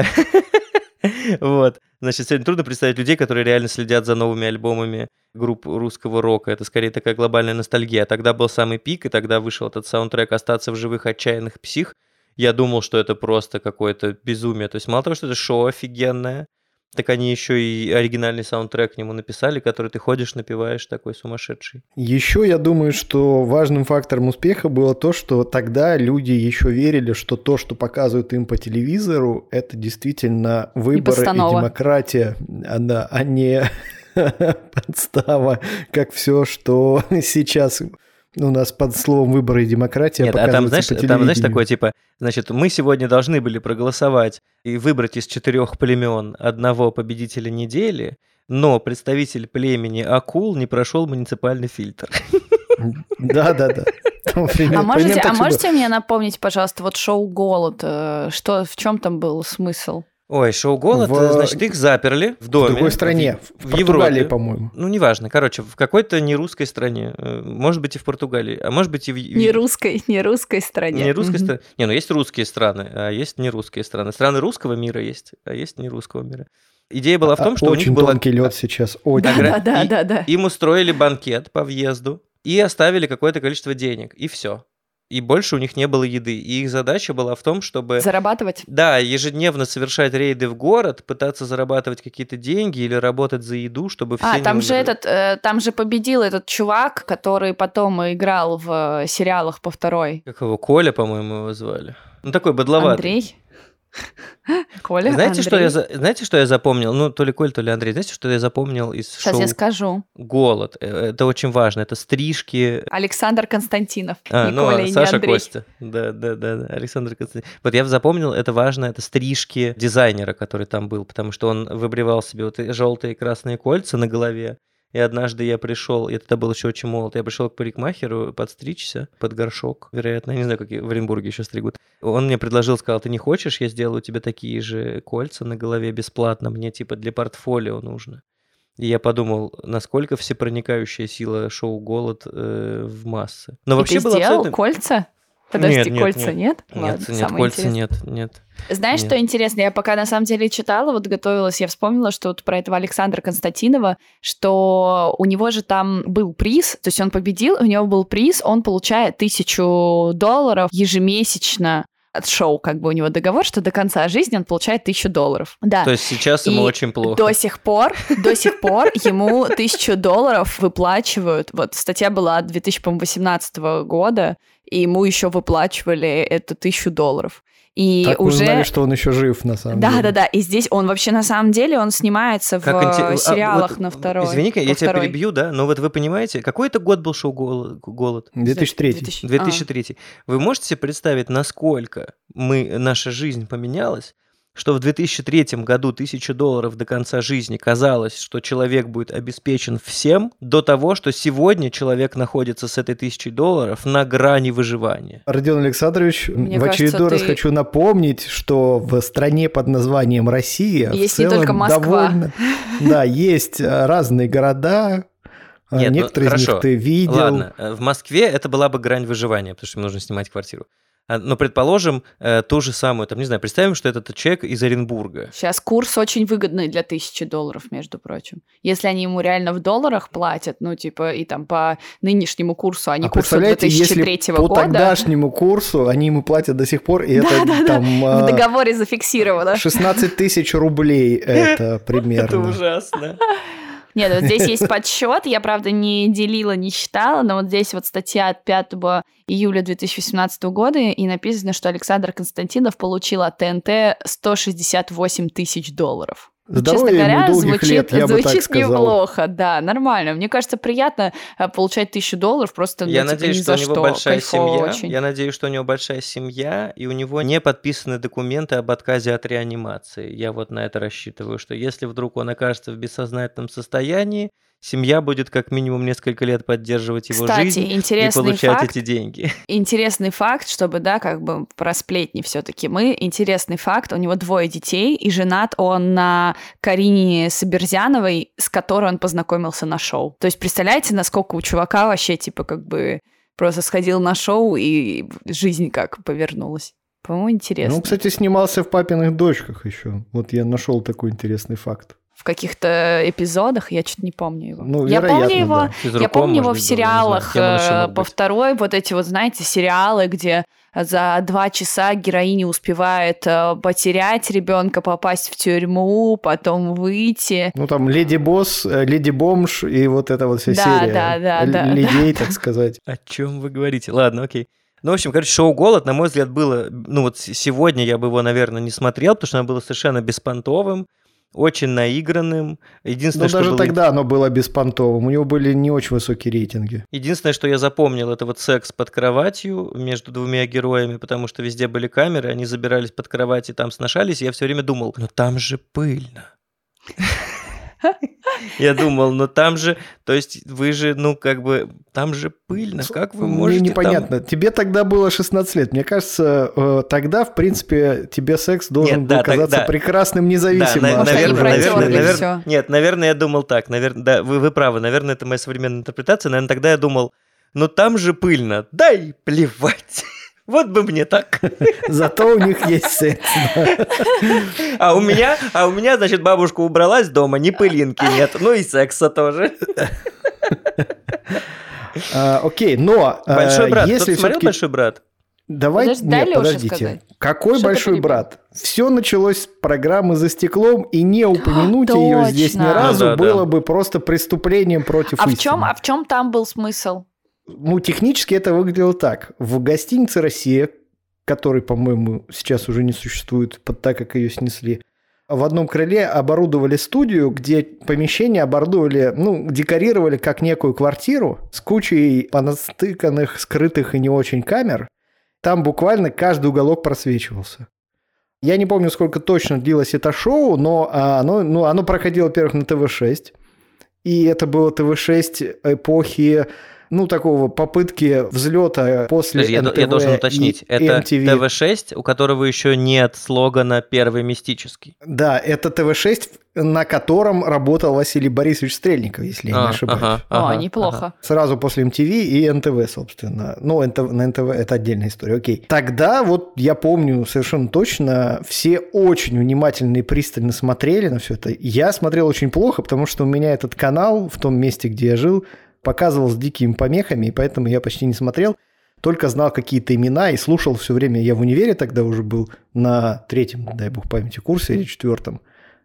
Вот. Значит, сегодня трудно представить людей, которые реально следят за новыми альбомами групп русского рока. Это скорее такая глобальная ностальгия. Тогда был самый пик, и тогда вышел этот саундтрек «Остаться в живых отчаянных псих». Я думал, что это просто какое-то безумие. То есть мало того, что это шоу офигенное, так они еще и оригинальный саундтрек к нему написали, который ты ходишь, напеваешь, такой сумасшедший. Еще я думаю, что важным фактором успеха было то, что тогда люди еще верили, что то, что показывают им по телевизору, это действительно выборы и постанова. демократия, а, да, а не подстава, как все, что сейчас у нас под словом выборы и демократия Нет, а там, показывается знаешь, по там, знаешь, телевидению. такое, типа, значит, мы сегодня должны были проголосовать и выбрать из четырех племен одного победителя недели, но представитель племени акул не прошел муниципальный фильтр. Да-да-да. Там пример- А можете, примерно так а всё было. можете мне напомнить, пожалуйста, вот шоу «Голод», э, что, в чем там был смысл? Ой, шоу «Голод», В- значит, их заперли в доме. В другой стране, в, в Португалии, Европе. по-моему. Ну, неважно, короче, в какой-то нерусской стране. Э, Может быть, и в Португалии, а может быть, и в... Не русской, не русской стране. Не русской Мгм. стране. Не, ну есть русские страны, а есть не русские страны. Страны русского мира есть, а есть не русского мира. Идея была в том, А, что у очень них было... тонкий лед сейчас, очень. Огра- Да, да, и- да, да. Им устроили банкет по въезду и оставили какое-то количество денег, и все. И больше у них не было еды. И их задача была в том, чтобы... Зарабатывать? Да, ежедневно совершать рейды в город, пытаться зарабатывать какие-то деньги или работать за еду, чтобы все А, не там же умерли. этот, э, там же победил этот чувак, который потом играл в э, сериалах по второй. Как его? Коля, по-моему, его звали. Ну, такой бодловатый. Андрей? Коля? Знаете, что я, Андрей? за- знаете, что я запомнил? Ну, то ли Коль, то ли Андрей. Знаете, что я запомнил из Сейчас шоу я скажу. «Голод»? Э, Это очень важно. Это стрижки. Александр Константинов. А, не ну, Коля а и не Саша Андрей. Костя. Да, да, да, да, Александр Константинов. Вот я запомнил, это важно, это стрижки дизайнера, который там был, потому что он выбривал себе вот желтые и красные кольца на голове. И однажды я пришел, я тогда был еще очень молод, я пришел к парикмахеру подстричься под горшок, вероятно, я не знаю, как в Оренбурге еще стригут. Он мне предложил, сказал, ты не хочешь, я сделаю тебе такие же кольца на голове бесплатно, мне типа для портфолио нужно. И я подумал, насколько всепроникающая сила шоу «Голод» э, в массы. Но И вообще ты было сделал абсолютно... кольца? Подожди, Нет, нет, кольца нет? Нет, Ладно, нет, самое кольца интересное. нет, нет. Знаешь, Нет. что интересно? Я пока на самом деле читала, вот готовилась, я вспомнила, что вот про этого Александра Константинова, что у него же там был приз, то есть он победил, у него был приз, он получает тысячу долларов ежемесячно от шоу, как бы у него договор, что до конца жизни он получает тысячу долларов. Да. То есть сейчас ему И очень плохо. До сих пор, до сих пор ему тысячу долларов выплачивают. Вот статья была две тысячи восемнадцатого года, и ему еще выплачивали эту тысячу долларов. И так уже... мы узнали, что он еще жив, на самом да, деле. Да-да-да, и здесь он вообще на самом деле, он снимается Как в инте- сериалах а, вот, на второй. Извини-ка, я тебя второй. перебью, да, но вот вы понимаете, какой это год был шоу «Голод»? две тысячи третий. две тысячи третий. А. Вы можете себе представить, насколько мы, наша жизнь поменялась, что в две тысячи третьем году тысяча долларов до конца жизни казалось, что человек будет обеспечен всем, до того, что сегодня человек находится с этой тысячей долларов на грани выживания. Родион Александрович, Мне в кажется, очередной ты... раз хочу напомнить, что в стране под названием Россия есть в целом не только Москва. довольно... Да, есть разные города, Нет, некоторые ну, из них ты видел. Ладно, в Москве это была бы грань выживания, потому что мне нужно снимать квартиру. Но, предположим, ту же самую, там, не знаю, представим, что этот человек из Оренбурга. Сейчас курс очень выгодный для тысячи долларов, между прочим. Если они ему реально в долларах платят, ну, типа, и там по нынешнему курсу, а не а курсу две тысячи третьего если года... по тогдашнему курсу они ему платят до сих пор, и это там... В договоре зафиксировано. шестнадцать тысяч рублей это примерно. Это ужасно. Нет, вот здесь есть подсчет, я, правда, не делила, не считала, но вот здесь вот статья от пятого июля две тысячи восемнадцатого года, и написано, что Александр Константинов получил от ТНТ сто шестьдесят восемь тысяч долларов. Здоровья Честно говоря, ему долгих звучит, лет, я бы звучит так сказал. неплохо, да, нормально. Мне кажется, приятно получать тысячу долларов просто Я ну, надеюсь, типа, что ни у за него что. большая Кайфово семья. очень. Я надеюсь, что у него большая семья, и у него не подписаны документы об отказе от реанимации. Я вот на это рассчитываю, что если вдруг он окажется в бессознательном состоянии, семья будет как минимум несколько лет поддерживать его Кстати, жизнь и получать факт, эти деньги. Интересный факт, чтобы, да, как бы про сплетни все-таки мы. Интересный факт, у него двое детей, и женат он на Карине Соберзяновой, с которой он познакомился на шоу. То есть представляете, насколько у чувака вообще, типа, как бы просто сходил на шоу, и жизнь как повернулась. По-моему, интересно. Ну, кстати, снимался в «Папиных дочках» еще. Вот я нашел такой интересный факт. В каких-то эпизодах, я что-то не помню его. Ну, я вероятно, помню его, да. Физруком, я помню его в быть, сериалах было, по второй, вот эти вот, знаете, сериалы, где за два часа героиня успевает потерять ребенка, попасть в тюрьму, потом выйти. Ну, там «Леди Босс», «Леди Бомж» и вот эта вот вся да, серия. Да, да, да. Людей, да, так сказать. О чем вы говорите? Ладно, окей. Ну, в общем, короче, шоу «Голод», на мой взгляд, было... Ну, вот сегодня я бы его, наверное, не смотрел, потому что оно было совершенно беспонтовым, очень наигранным. Единственное, Но что даже было... тогда оно было беспонтовым. У него были не очень высокие рейтинги. Единственное, что я запомнил, это вот секс под кроватью между двумя героями, потому что везде были камеры, они забирались под кровать и там сношались, и я все время думал, ну там же пыльно. Я думал, ну там же, то есть вы же, ну как бы, там же пыльно, как вы можете Мне непонятно. там... Тебе тогда было шестнадцать лет. Мне кажется, тогда, в принципе, тебе секс должен Нет, был да, казаться да. прекрасным независимо. Да, от наверное, они наверное, протерли наверное, всё. нет, наверное, я думал так, наверное, да, вы, вы правы, наверное, это моя современная интерпретация, наверное, тогда я думал, ну там же пыльно, дай плевать. Вот бы мне так. Зато у них есть секс. Да. А у меня, а у меня, значит, бабушка убралась дома, ни пылинки нет, ну и секса тоже. А, окей, но а, Большой брат, если кто-то смотрел все-таки... «Большой брат»? Давайте, Подожди, дай нет, Лёше подождите. сказать. Какой Что ты большой перебил? брат? Все началось с программы «За стеклом», и не упомянуть Точно. ее здесь ни разу Ну да, было да. бы просто преступлением против А в истины. чем, а в чем там был смысл? Ну, технически это выглядело так. В гостинице «Россия», который, по-моему, сейчас уже не существует, так как ее снесли, в одном крыле оборудовали студию, где помещение оборудовали, ну, декорировали как некую квартиру с кучей понастыканных, скрытых и не очень камер. Там буквально каждый уголок просвечивался. Я не помню, сколько точно длилось это шоу, но оно, ну, оно проходило, во-первых, на тэ вэ шесть. И это было тэ вэ шесть эпохи, ну, такого попытки взлета после Подожди, я, эн тэ вэ я должен уточнить, и это эм ти ви. тэ вэ шесть, у которого еще нет слогана «Первый мистический». Да, это тэ вэ шесть, на котором работал Василий Борисович Стрельников, если я А, не ошибаюсь. ага, О, ага, неплохо. ага. Сразу после эм ти ви и эн тэ вэ, собственно. Ну, эн тэ вэ, на эн тэ вэ это отдельная история, окей. Тогда вот я помню совершенно точно, все очень внимательно и пристально смотрели на все это. Я смотрел очень плохо, потому что у меня этот канал в том месте, где я жил, показывал с дикими помехами, и поэтому я почти не смотрел, только знал какие-то имена и слушал все время. Я в универе тогда уже был на третьем, дай бог памяти, курсе или четвертом.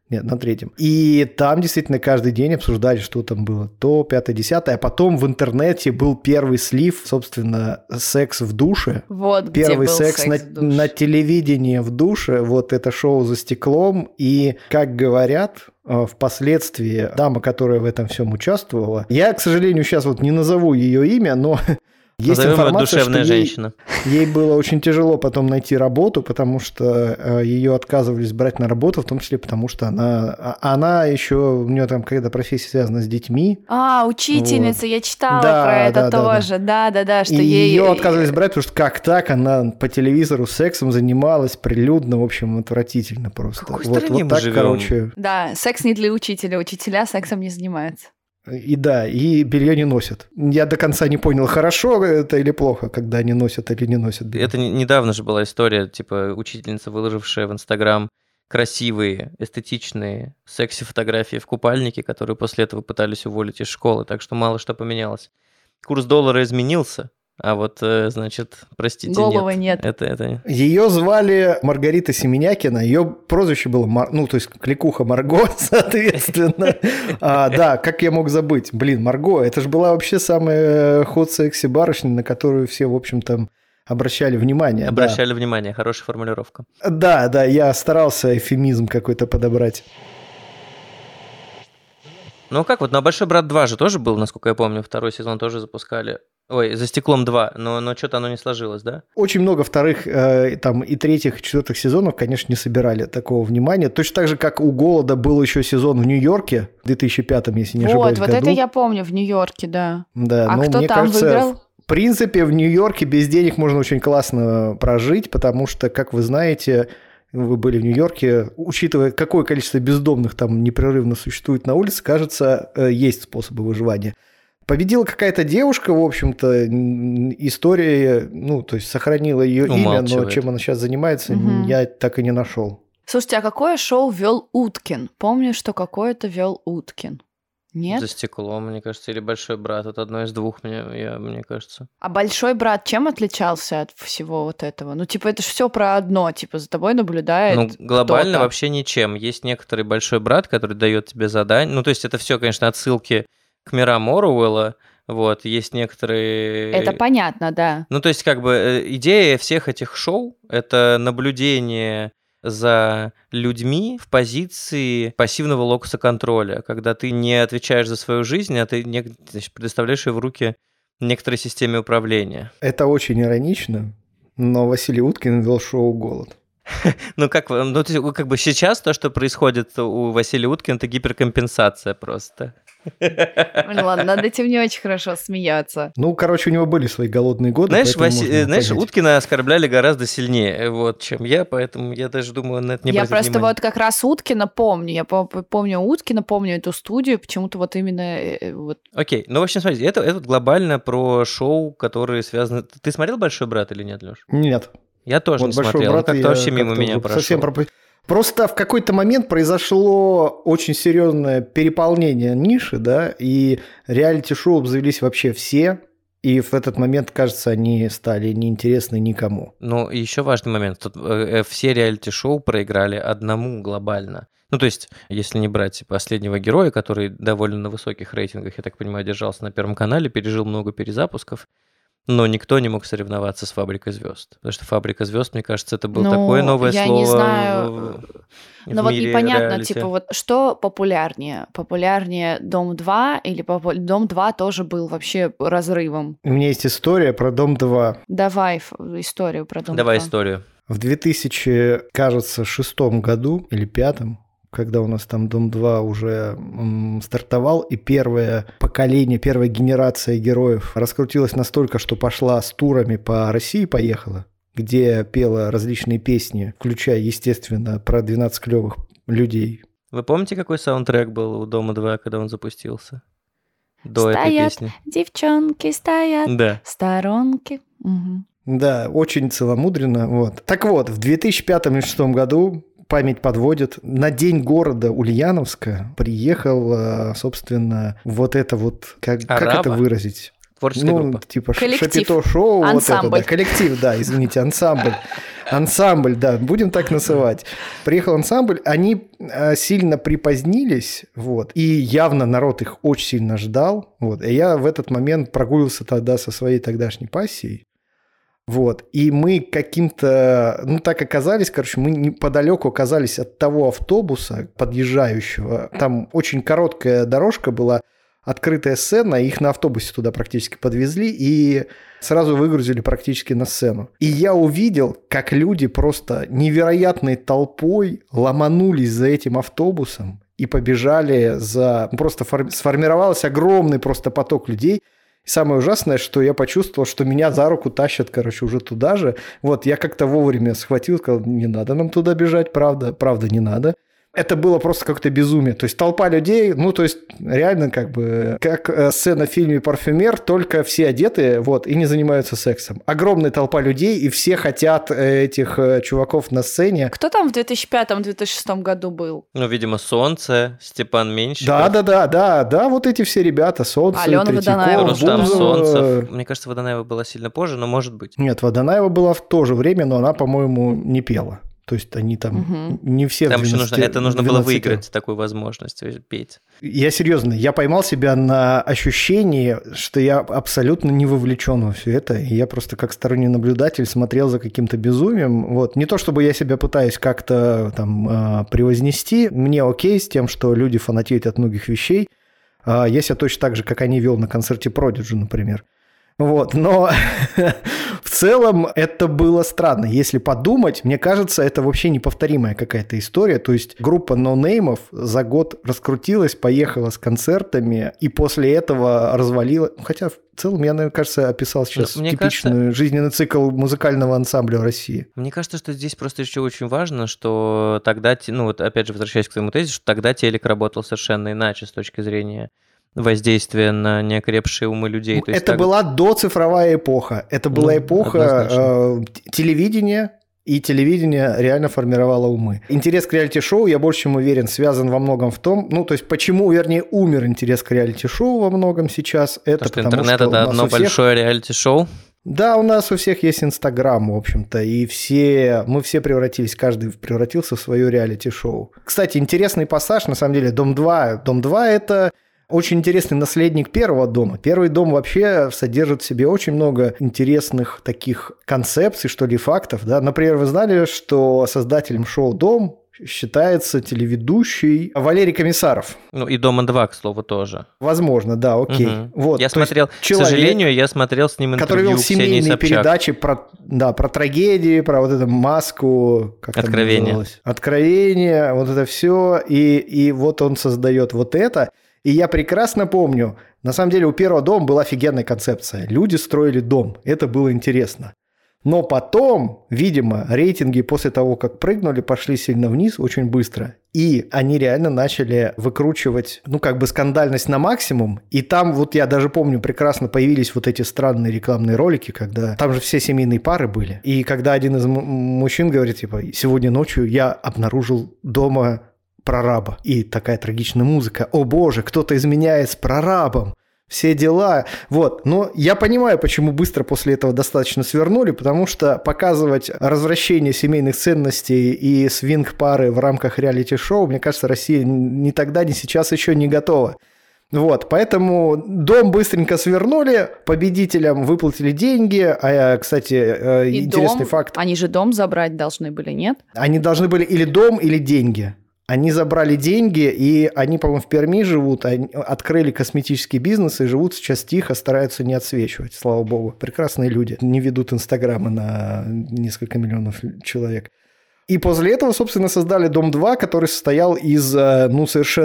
Нет, на третьем. И там действительно каждый день обсуждали, что там было. То, пятое, десятое. А потом в интернете был первый слив, собственно, «Секс в душе». Вот Первый где был секс, секс на, в душе. на телевидении в душе. Вот это шоу «За стеклом». И, как говорят, впоследствии дама, которая в этом всем участвовала, я, к сожалению, сейчас вот не назову ее имя, но... Есть Назовем информация, душевная что ей, женщина. ей было очень тяжело потом найти работу, потому что э, ее отказывались брать на работу, в том числе потому, что она, она еще, у нее там какая-то профессия связана с детьми. А, учительница, вот. Я читала да, про это да, тоже. Да-да-да, что и ей... ее отказывались брать, потому что как так, она по телевизору сексом занималась прилюдно, в общем, отвратительно просто. В какой вот, стране вот мы так, живем? короче. Да, секс не для учителя, учителя сексом не занимаются. И да, и белье не носят. Я до конца не понял, хорошо это или плохо, когда они носят или не носят белье. Это недавно же была история, типа, учительница, выложившая в Инстаграм красивые, эстетичные секси-фотографии в купальнике, которые после этого пытались уволить из школы, так что мало что поменялось. Курс доллара изменился, а вот, значит, простите, Головы нет. нет. Это, это... Ее звали Маргарита Семенякина, ее прозвище было, Мар... ну, то есть кликуха Марго, соответственно. а, да, как я мог забыть? Блин, Марго, это же была вообще самая ход-секси барышня, на которую все, в общем-то, обращали внимание. Обращали да. внимание, хорошая формулировка. Да, да, я старался эвфемизм какой-то подобрать. Ну как вот, на «Большой брат два» же тоже был, насколько я помню, второй сезон тоже запускали. Ой, «За стеклом два», но, но что-то оно не сложилось, да? Очень много вторых, э, там, и третьих, и четвертых сезонов, конечно, не собирали такого внимания. Точно так же, как у «Голода» был еще сезон в Нью-Йорке в две тысячи пятом, если не ошибаюсь, Вот, вот году. это я помню, в Нью-Йорке, да. Да, а но кто мне там кажется, выиграл? В принципе, в Нью-Йорке без денег можно очень классно прожить, потому что, как вы знаете, вы были в Нью-Йорке, учитывая, какое количество бездомных там непрерывно существует на улице, кажется, есть способы выживания. Победила какая-то девушка, в общем-то, история, ну, то есть сохранила ее имя, но чем она сейчас занимается, угу. я так и не нашел. Слушайте, а какое шоу вел Уткин? Помню, что какое-то вел Уткин. Нет? «За стеклом», мне кажется, или «Большой брат». Это одно из двух, мне, я, мне кажется. А «Большой брат» чем отличался от всего вот этого? Ну, типа, это же все про одно, типа, за тобой наблюдает Ну, глобально кто-то. Вообще ничем. Есть некоторый «Большой брат», который дает тебе задание. Ну, то есть это все, конечно, отсылки к мирам Оруэлла. Вот, есть некоторые... Это понятно, да. Ну, то есть, как бы, идея всех этих шоу — это наблюдение за людьми в позиции пассивного локуса контроля, когда ты не отвечаешь за свою жизнь, а ты не, значит, предоставляешь ее в руки некоторой системе управления. Это очень иронично, но Василий Уткин вел шоу «Голод». Ну, как, ну, как бы сейчас то, что происходит у Василия Уткина, это гиперкомпенсация просто. Ну ладно, над этим не очень хорошо смеяться. Ну, короче, у него были свои голодные годы. Знаешь, Васи... Знаешь Уткина оскорбляли гораздо сильнее, вот, чем я, поэтому я даже думаю, на это не Я обратить просто внимания. вот как раз Уткина помню. Я помню Уткина, помню эту студию, почему-то вот именно... Вот... Окей, ну, в общем, смотрите, это, это глобально про шоу, которые связаны... Ты смотрел «Большой брат» или нет, Лёш? Нет. Я тоже вот не смотрел, он как-то вообще мимо как-то меня прошел. Совсем проп... Просто в какой-то момент произошло очень серьезное переполнение ниши, да, и реалити-шоу обзавелись вообще все, и в этот момент, кажется, они стали неинтересны никому. Ну, еще важный момент. Тут э, все реалити-шоу проиграли одному глобально. Ну, то есть, если не брать последнего героя, который довольно на высоких рейтингах, я так понимаю, держался на Первом канале, пережил много перезапусков, но никто не мог соревноваться с «Фабрикой звезд». Потому что «Фабрика звезд», мне кажется, это было ну, такое новое я слово. Я не знаю. В, в но вот непонятно, реалити. типа, вот что популярнее? Популярнее «Дом два» или попу... «Дом два» тоже был вообще разрывом? У меня есть история про «Дом два». Давай историю про «Дом Давай два». историю. В две тысячи, кажется, шестом году или пятом, когда у нас там «Дом два» уже м, стартовал, и первое поколение, первая генерация героев раскрутилась настолько, что пошла с турами по России, поехала, где пела различные песни, включая, естественно, про двенадцать клёвых людей. Вы помните, какой саундтрек был у «Дома два», когда он запустился? До стоят, этой песни. Девчонки стоят да. в сторонке. Угу. Да, очень целомудренно. Вот. Так вот, в две тысячи пятом и две тысячи шестом году память подводит. На день города Ульяновска приехал, собственно, вот это вот, как, как это выразить? Творческая ну, группа. типа коллектив. Шапито-шоу. Ансамбль. Вот это, да. Коллектив, да, извините, ансамбль. Ансамбль, да, будем так называть. Приехал ансамбль, они сильно припозднились, вот, и явно народ их очень сильно ждал, вот, и я в этот момент прогулился тогда со своей тогдашней пассией, вот, и мы каким-то, ну, так оказались, короче, мы неподалеку оказались от того автобуса подъезжающего, там очень короткая дорожка была, открытая сцена, их на автобусе туда практически подвезли и сразу выгрузили практически на сцену. И я увидел, как люди просто невероятной толпой ломанулись за этим автобусом и побежали за... Просто фор... сформировался огромный просто поток людей. И самое ужасное, что я почувствовал, что меня за руку тащат, короче, уже туда же. Вот, я как-то вовремя схватил, сказал, не надо нам туда бежать, правда, правда не надо. Это было просто какое-то безумие. То есть толпа людей, ну, то есть реально как бы как сцена в фильме «Парфюмер», только все одеты, вот, и не занимаются сексом. Огромная толпа людей, и все хотят этих чуваков на сцене. Кто там в две тысячи пятом - две тысячи шестом году был? Ну, видимо, «Солнце», Степан Меньшиков. Да-да-да, да, да, вот эти все ребята, «Солнце», Алена Водонаева. Рустам Солнцев. Мне кажется, Водонаева была сильно позже, но может быть. Нет, Водонаева была в то же время, но она, по-моему, не пела. То есть они там угу. не все... Там еще нужно, это нужно было выиграть такую возможность петь. Я серьезно, я поймал себя на ощущении, что я абсолютно не вовлечен во все это. И я просто как сторонний наблюдатель смотрел за каким-то безумием. Вот. Не то чтобы я себя пытаюсь как-то там превознести. Мне окей с тем, что люди фанатеют от многих вещей. Я себя точно так же, как они, вел на концерте Prodigy, например. Вот, но в целом это было странно. Если подумать, мне кажется, это вообще неповторимая какая-то история. То есть группа ноунеймов за год раскрутилась, поехала с концертами, и после этого развалила... Хотя в целом, я, мне кажется, описал сейчас мне типичный кажется... жизненный цикл музыкального ансамбля в России. Мне кажется, что здесь просто еще очень важно, что тогда, ну вот опять же, возвращаясь к твоему тезису, что тогда телек работал совершенно иначе с точки зрения... воздействие на неокрепшие умы людей. То есть это так... была доцифровая эпоха. Это была ну, эпоха э, телевидения, и телевидение реально формировало умы. Интерес к реалити-шоу, я больше чем уверен, связан во многом в том, ну, то есть почему, вернее, умер интерес к реалити-шоу во многом сейчас. Это потому, потому что интернет – это одно всех... большое реалити-шоу. Да, у нас у всех есть Инстаграм, в общем-то, и все, мы все превратились, каждый превратился в свое реалити-шоу. Кстати, интересный пассаж, на самом деле, Дом-два. Дом-два – это... очень интересный наследник первого дома. Первый дом вообще содержит в себе очень много интересных таких концепций, что ли, фактов. Да? Например, вы знали, что создателем шоу «Дом» считается телеведущий Валерий Комиссаров. Ну и «Дома-два», к слову, тоже. Возможно, да, окей. Угу. Вот, я смотрел, человек, к сожалению, я смотрел с ним интервью который вел семейные передачи про, да, про трагедии, про вот эту маску, как Откровение. Откровение, вот это все. И, и вот он создает вот это. И я прекрасно помню, на самом деле у первого дома была офигенная концепция. Люди строили дом, это было интересно. Но потом, видимо, рейтинги после того, как прыгнули, пошли сильно вниз очень быстро. И они реально начали выкручивать, ну, как бы скандальность на максимум. И там, вот я даже помню, прекрасно появились вот эти странные рекламные ролики, когда там же все семейные пары были. И когда один из м- мужчин говорит, типа, сегодня ночью я обнаружил дома прораба. И такая трагичная музыка. О боже, кто-то изменяет с прорабом. Все дела. Вот. Но я понимаю, почему быстро после этого достаточно свернули, потому что показывать развращение семейных ценностей и свинг-пары в рамках реалити-шоу, мне кажется, Россия ни тогда, ни сейчас еще не готова. Вот, поэтому дом быстренько свернули, победителям выплатили деньги, а, кстати, и интересный дом, факт. Они же дом забрать должны были, нет? Они должны были или дом, или деньги. Они забрали деньги, и они, по-моему, в Перми живут, они открыли косметический бизнес и живут сейчас тихо, стараются не отсвечивать, слава богу. Прекрасные люди, не ведут инстаграмы на несколько миллионов человек. И после этого, собственно, создали Дом-два, который состоял из, ну,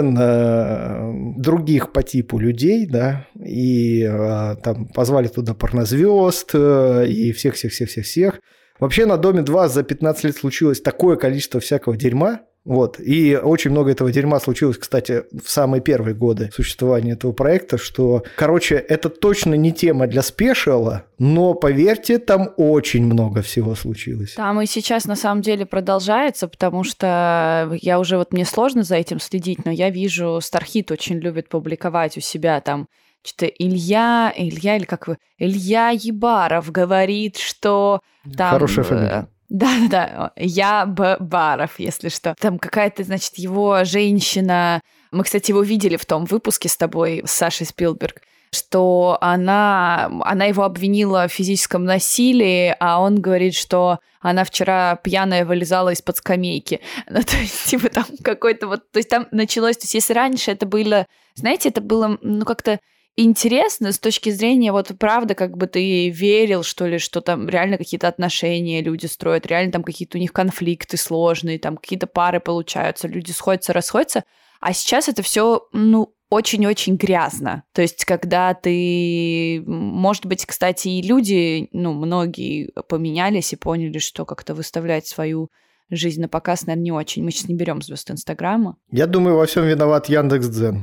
совершенно других по типу людей, да, и там позвали туда порнозвезд и всех-всех-всех-всех-всех. Вообще на Доме-два за пятнадцать лет случилось такое количество всякого дерьма, вот. И очень много этого дерьма случилось, кстати, в самые первые годы существования этого проекта, что, короче, это точно не тема для спешиала, но, поверьте, там очень много всего случилось. Там и сейчас, на самом деле, продолжается, потому что я уже, вот мне сложно за этим следить, но я вижу, Стархит очень любит публиковать у себя там что-то Илья, Илья или как вы, Илья Ебаров говорит, что там... Хорошая фамилия. Да-да-да, я Б. Баров, если что. Там какая-то, значит, его женщина... Мы, кстати, его видели в том выпуске с тобой, с Сашей Спилберг, что она, она его обвинила в физическом насилии, а он говорит, что она вчера пьяная вылезала из-под скамейки. Ну, то есть, типа, там какой-то вот... То есть там началось... То есть если раньше это было... Знаете, это было, ну, как-то интересно с точки зрения, вот, правда, как бы ты верил, что ли, что там реально какие-то отношения люди строят, реально там какие-то у них конфликты сложные, там какие-то пары получаются, люди сходятся, расходятся. А сейчас это все, ну, очень-очень грязно. То есть, когда ты... Может быть, кстати, и люди, ну, многие поменялись и поняли, что как-то выставлять свою жизнь на показ, наверное, не очень. Мы сейчас не берем звезд Инстаграма. Я думаю, во всем виноват Яндекс.Дзен.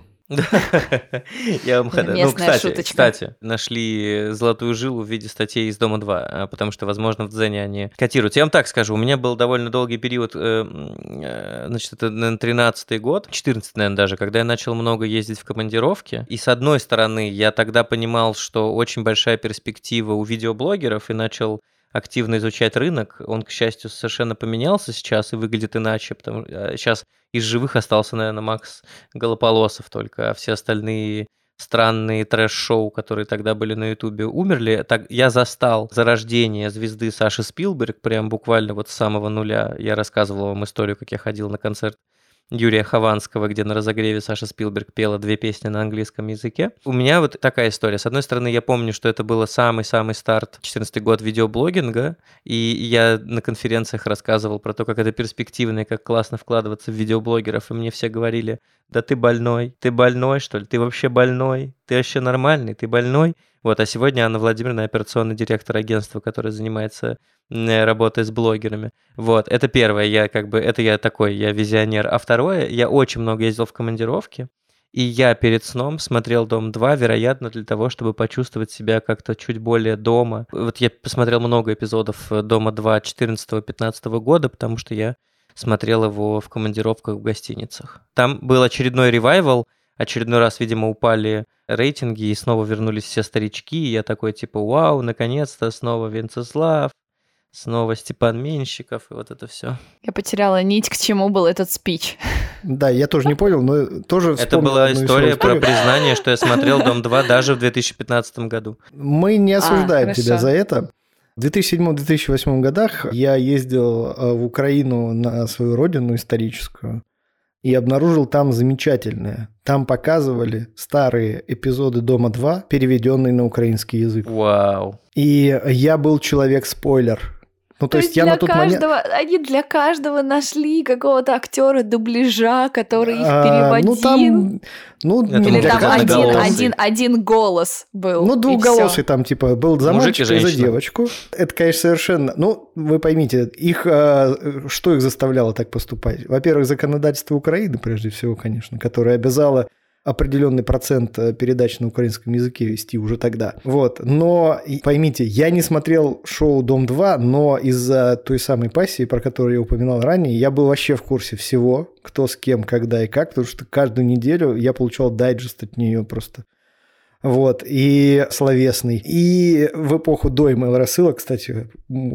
Я вам ходил. Ну, Местная кстати, шуточка. кстати, нашли золотую жилу в виде статей из Дома два, потому что, возможно, в Дзене они котируются. Я вам так скажу, у меня был довольно долгий период, э, э, значит, это, наверное, тринадцатый год, четырнадцатый, наверное, даже, когда я начал много ездить в командировки. И, с одной стороны, я тогда понимал, что очень большая перспектива у видеоблогеров, и начал активно изучать рынок. Он, к счастью, совершенно поменялся сейчас и выглядит иначе, потому что сейчас из живых остался, наверное, Макс Голополосов только, а все остальные странные трэш-шоу, которые тогда были на Ютубе, умерли. Так, я застал зарождение звезды Саши Спилберг, прям буквально вот с самого нуля. Я рассказывал вам историю, как я ходил на концерт Юрия Хованского, где на разогреве Саша Спилберг пела две песни на английском языке. У меня вот такая история. С одной стороны, я помню, что это был самый-самый старт, четырнадцатый год видеоблогинга, и я на конференциях рассказывал про то, как это перспективно и как классно вкладываться в видеоблогеров, и мне все говорили: да ты больной, ты больной, что ли, ты вообще больной, ты вообще нормальный, ты больной. Вот, а сегодня Анна Владимировна, операционный директор агентства, которое занимается работой с блогерами. Вот, это первое, я как бы, это я такой, я визионер. А второе, я очень много ездил в командировки, и я перед сном смотрел «Дом два», вероятно, для того, чтобы почувствовать себя как-то чуть более дома. Вот я посмотрел много эпизодов «Дома два» четырнадцатого-пятнадцатого года, потому что я смотрел его в командировках в гостиницах. Там был очередной ревайвал, очередной раз, видимо, упали рейтинги, и снова вернулись все старички, и я такой, типа, вау, наконец-то снова Венцеслав, снова Степан Меньщиков, и вот это все. Я потеряла нить, к чему был этот спич. Да, я тоже не понял, но тоже Это была история про признание, что я смотрел «Дом два» даже в две тысячи пятнадцатом году. Мы не осуждаем а, тебя за это. В две тысячи седьмом - две тысячи восьмом годах я ездил в Украину на свою родину историческую и обнаружил там замечательное. Там показывали старые эпизоды «Дома два», переведенные на украинский язык. Вау. И я был человек-спойлер. Ну, то, то есть, есть я для на тот каждого, момент... Они для каждого нашли какого-то актера дубляжа, который их а, переводил. Ну, там... Ну, или для там один, один, один голос был. Ну, двухголосый там, типа, был за мальчика и за девочку. Это, конечно, совершенно... Ну, вы поймите, их... Что их заставляло так поступать? Во-первых, законодательство Украины, прежде всего, конечно, которое обязало определенный процент передач на украинском языке вести уже тогда. Вот. Но поймите, я не смотрел шоу «Дом два», но из-за той самой пассии, про которую я упоминал ранее, я был вообще в курсе всего, кто с кем, когда и как, потому что каждую неделю я получал дайджест от нее просто. Вот, и словесный. И в эпоху до email-рассылок, кстати,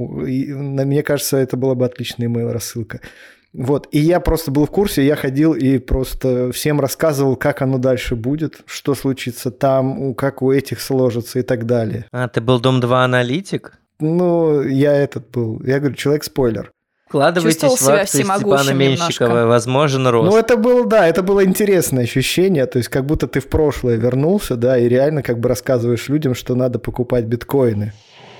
мне кажется, это была бы отличная email-рассылка. Вот, и я просто был в курсе, я ходил и просто всем рассказывал, как оно дальше будет, что случится там, как у этих сложится и так далее. А, ты был «Дом два» аналитик? Ну, я этот был, я говорю, человек-спойлер. Вкладывайтесь в акции Степана Меньщикова, немножко. Возможен рост. Ну, это было, да, это было интересное ощущение, то есть как будто ты в прошлое вернулся, да, и реально как бы рассказываешь людям, что надо покупать биткоины.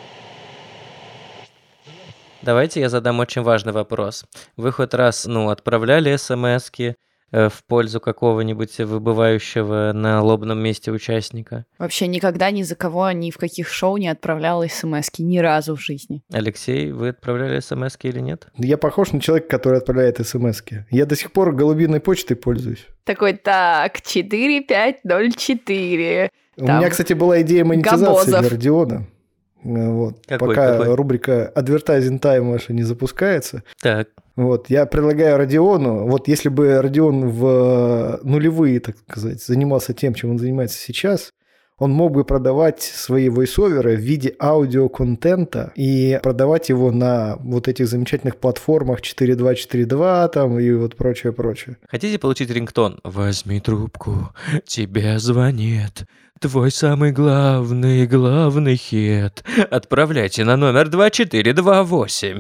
Давайте я задам очень важный вопрос. Вы хоть раз, ну, отправляли смс-ки э, в пользу какого-нибудь выбывающего на лобном месте участника? Вообще никогда ни за кого, ни в каких шоу не отправляла смс-ки, ни разу в жизни. Алексей, вы отправляли смс-ки или нет? Я похож на человека, который отправляет смс-ки. Я до сих пор голубиной почтой пользуюсь. Такой, так, четыре пять ноль четыре. У Там меня, кстати, была идея монетизации Габозов. Для Родиона. Вот. Какой, Пока какой? рубрика Advertising Time ваша не запускается. Так. Вот, я предлагаю Родиону, вот если бы Родион в нулевые, так сказать, занимался тем, чем он занимается сейчас, он мог бы продавать свои войсоверы в виде аудиоконтента и продавать его на вот этих замечательных платформах четыре два четыре два там и вот прочее-прочее. Хотите получить рингтон? Возьми трубку, тебе звонит твой самый главный, главный хит. Отправляйте на номер два четыре два восемь.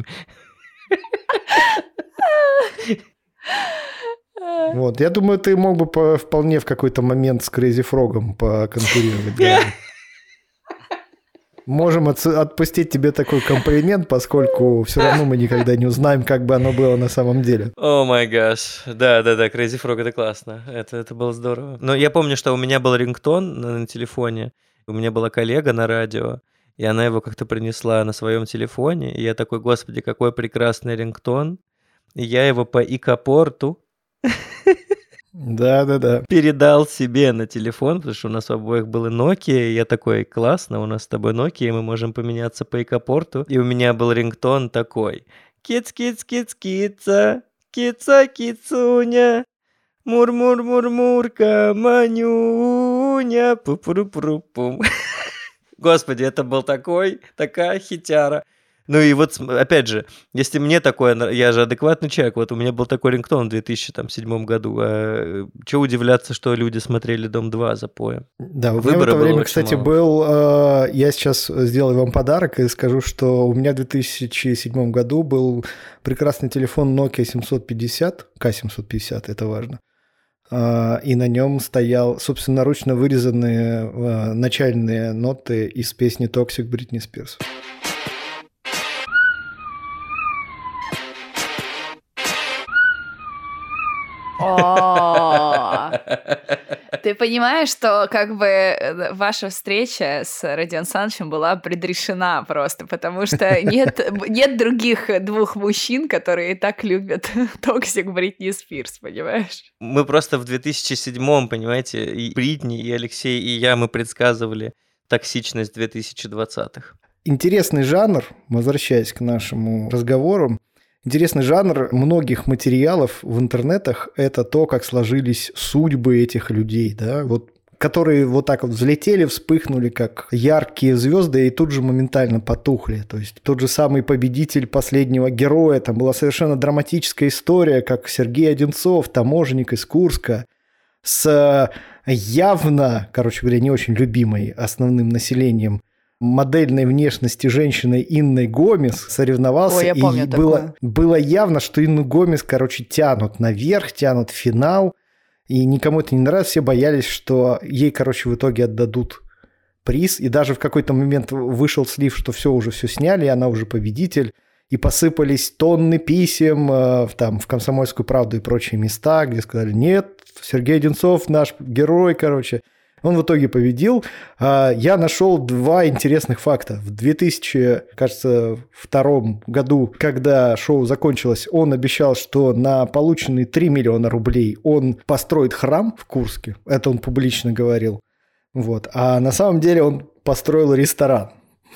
Вот, я думаю, ты мог бы по, вполне в какой-то момент с Crazy Frog'ом поконкурировать. Да. Можем от, отпустить тебе такой комплимент, поскольку все равно мы никогда не узнаем, как бы оно было на самом деле. О май гаш. Да-да-да, Crazy Frog — это классно. Это, это было здорово. Но я помню, что у меня был рингтон на, на телефоне, у меня была коллега на радио, и она его как-то принесла на своем телефоне, и я такой, господи, какой прекрасный рингтон. И я его по икопорту Да-да-да. передал себе на телефон, потому что у нас у обоих было Nokia, и я такой, классно, у нас с тобой Nokia, и мы можем поменяться по икопорту. И у меня был рингтон такой: киц-киц-киц-кица, кица-кицуня, мур-мур-мур-мурка, манюня, пу-пу-ру-пу-ру-пум. Господи, это был такой, такая хитяра. Ну и вот, опять же, если мне такое, я же адекватный человек, вот у меня был такой рингтон в две тысячи седьмом году, а чего удивляться, что люди смотрели «Дом-два» запоем. Да, у меня в это время, кстати, мало. был, э, я сейчас сделаю вам подарок и скажу, что у меня в две тысячи седьмом году был прекрасный телефон Nokia семьсот пятьдесят, К семьсот пятьдесят, это важно, э, и на нем стоял собственноручно вырезанные э, начальные ноты из песни «Toxic» Бритни Спирс. О, ты понимаешь, что как бы ваша встреча с Родионом Санычем была предрешена просто, потому что нет, нет других двух мужчин, которые так любят Toxic Бритни Спирс, понимаешь? Мы просто в две тысячи седьмом, понимаете, и Бритни, и Алексей, и я, мы предсказывали токсичность две тысячи двадцатых. Интересный жанр, возвращаясь к нашему разговору, интересный жанр многих материалов в интернетах – это то, как сложились судьбы этих людей, да, вот, которые вот так вот взлетели, вспыхнули, как яркие звезды, и тут же моментально потухли. То есть тот же самый победитель последнего героя, там была совершенно драматическая история, как Сергей Одинцов, таможенник из Курска, с явно, короче говоря, не очень любимой основным населением модельной внешности женщиной Инной Гомес соревновался. Ой, я помню и такое. было, было явно, что Инну Гомес, короче, тянут наверх, тянут в финал, и никому это не нравится, все боялись, что ей, короче, в итоге отдадут приз, и даже в какой-то момент вышел слив, что все, уже все сняли, и она уже победитель, и посыпались тонны писем э, там, в «Комсомольскую правду» и прочие места, где сказали: нет, Сергей Одинцов наш герой, короче. Он в итоге победил. Я нашел два интересных факта. В две тысячи, кажется, втором году, когда шоу закончилось, он обещал, что на полученные три миллиона рублей он построит храм в Курске. Это он публично говорил. Вот. А на самом деле он построил ресторан.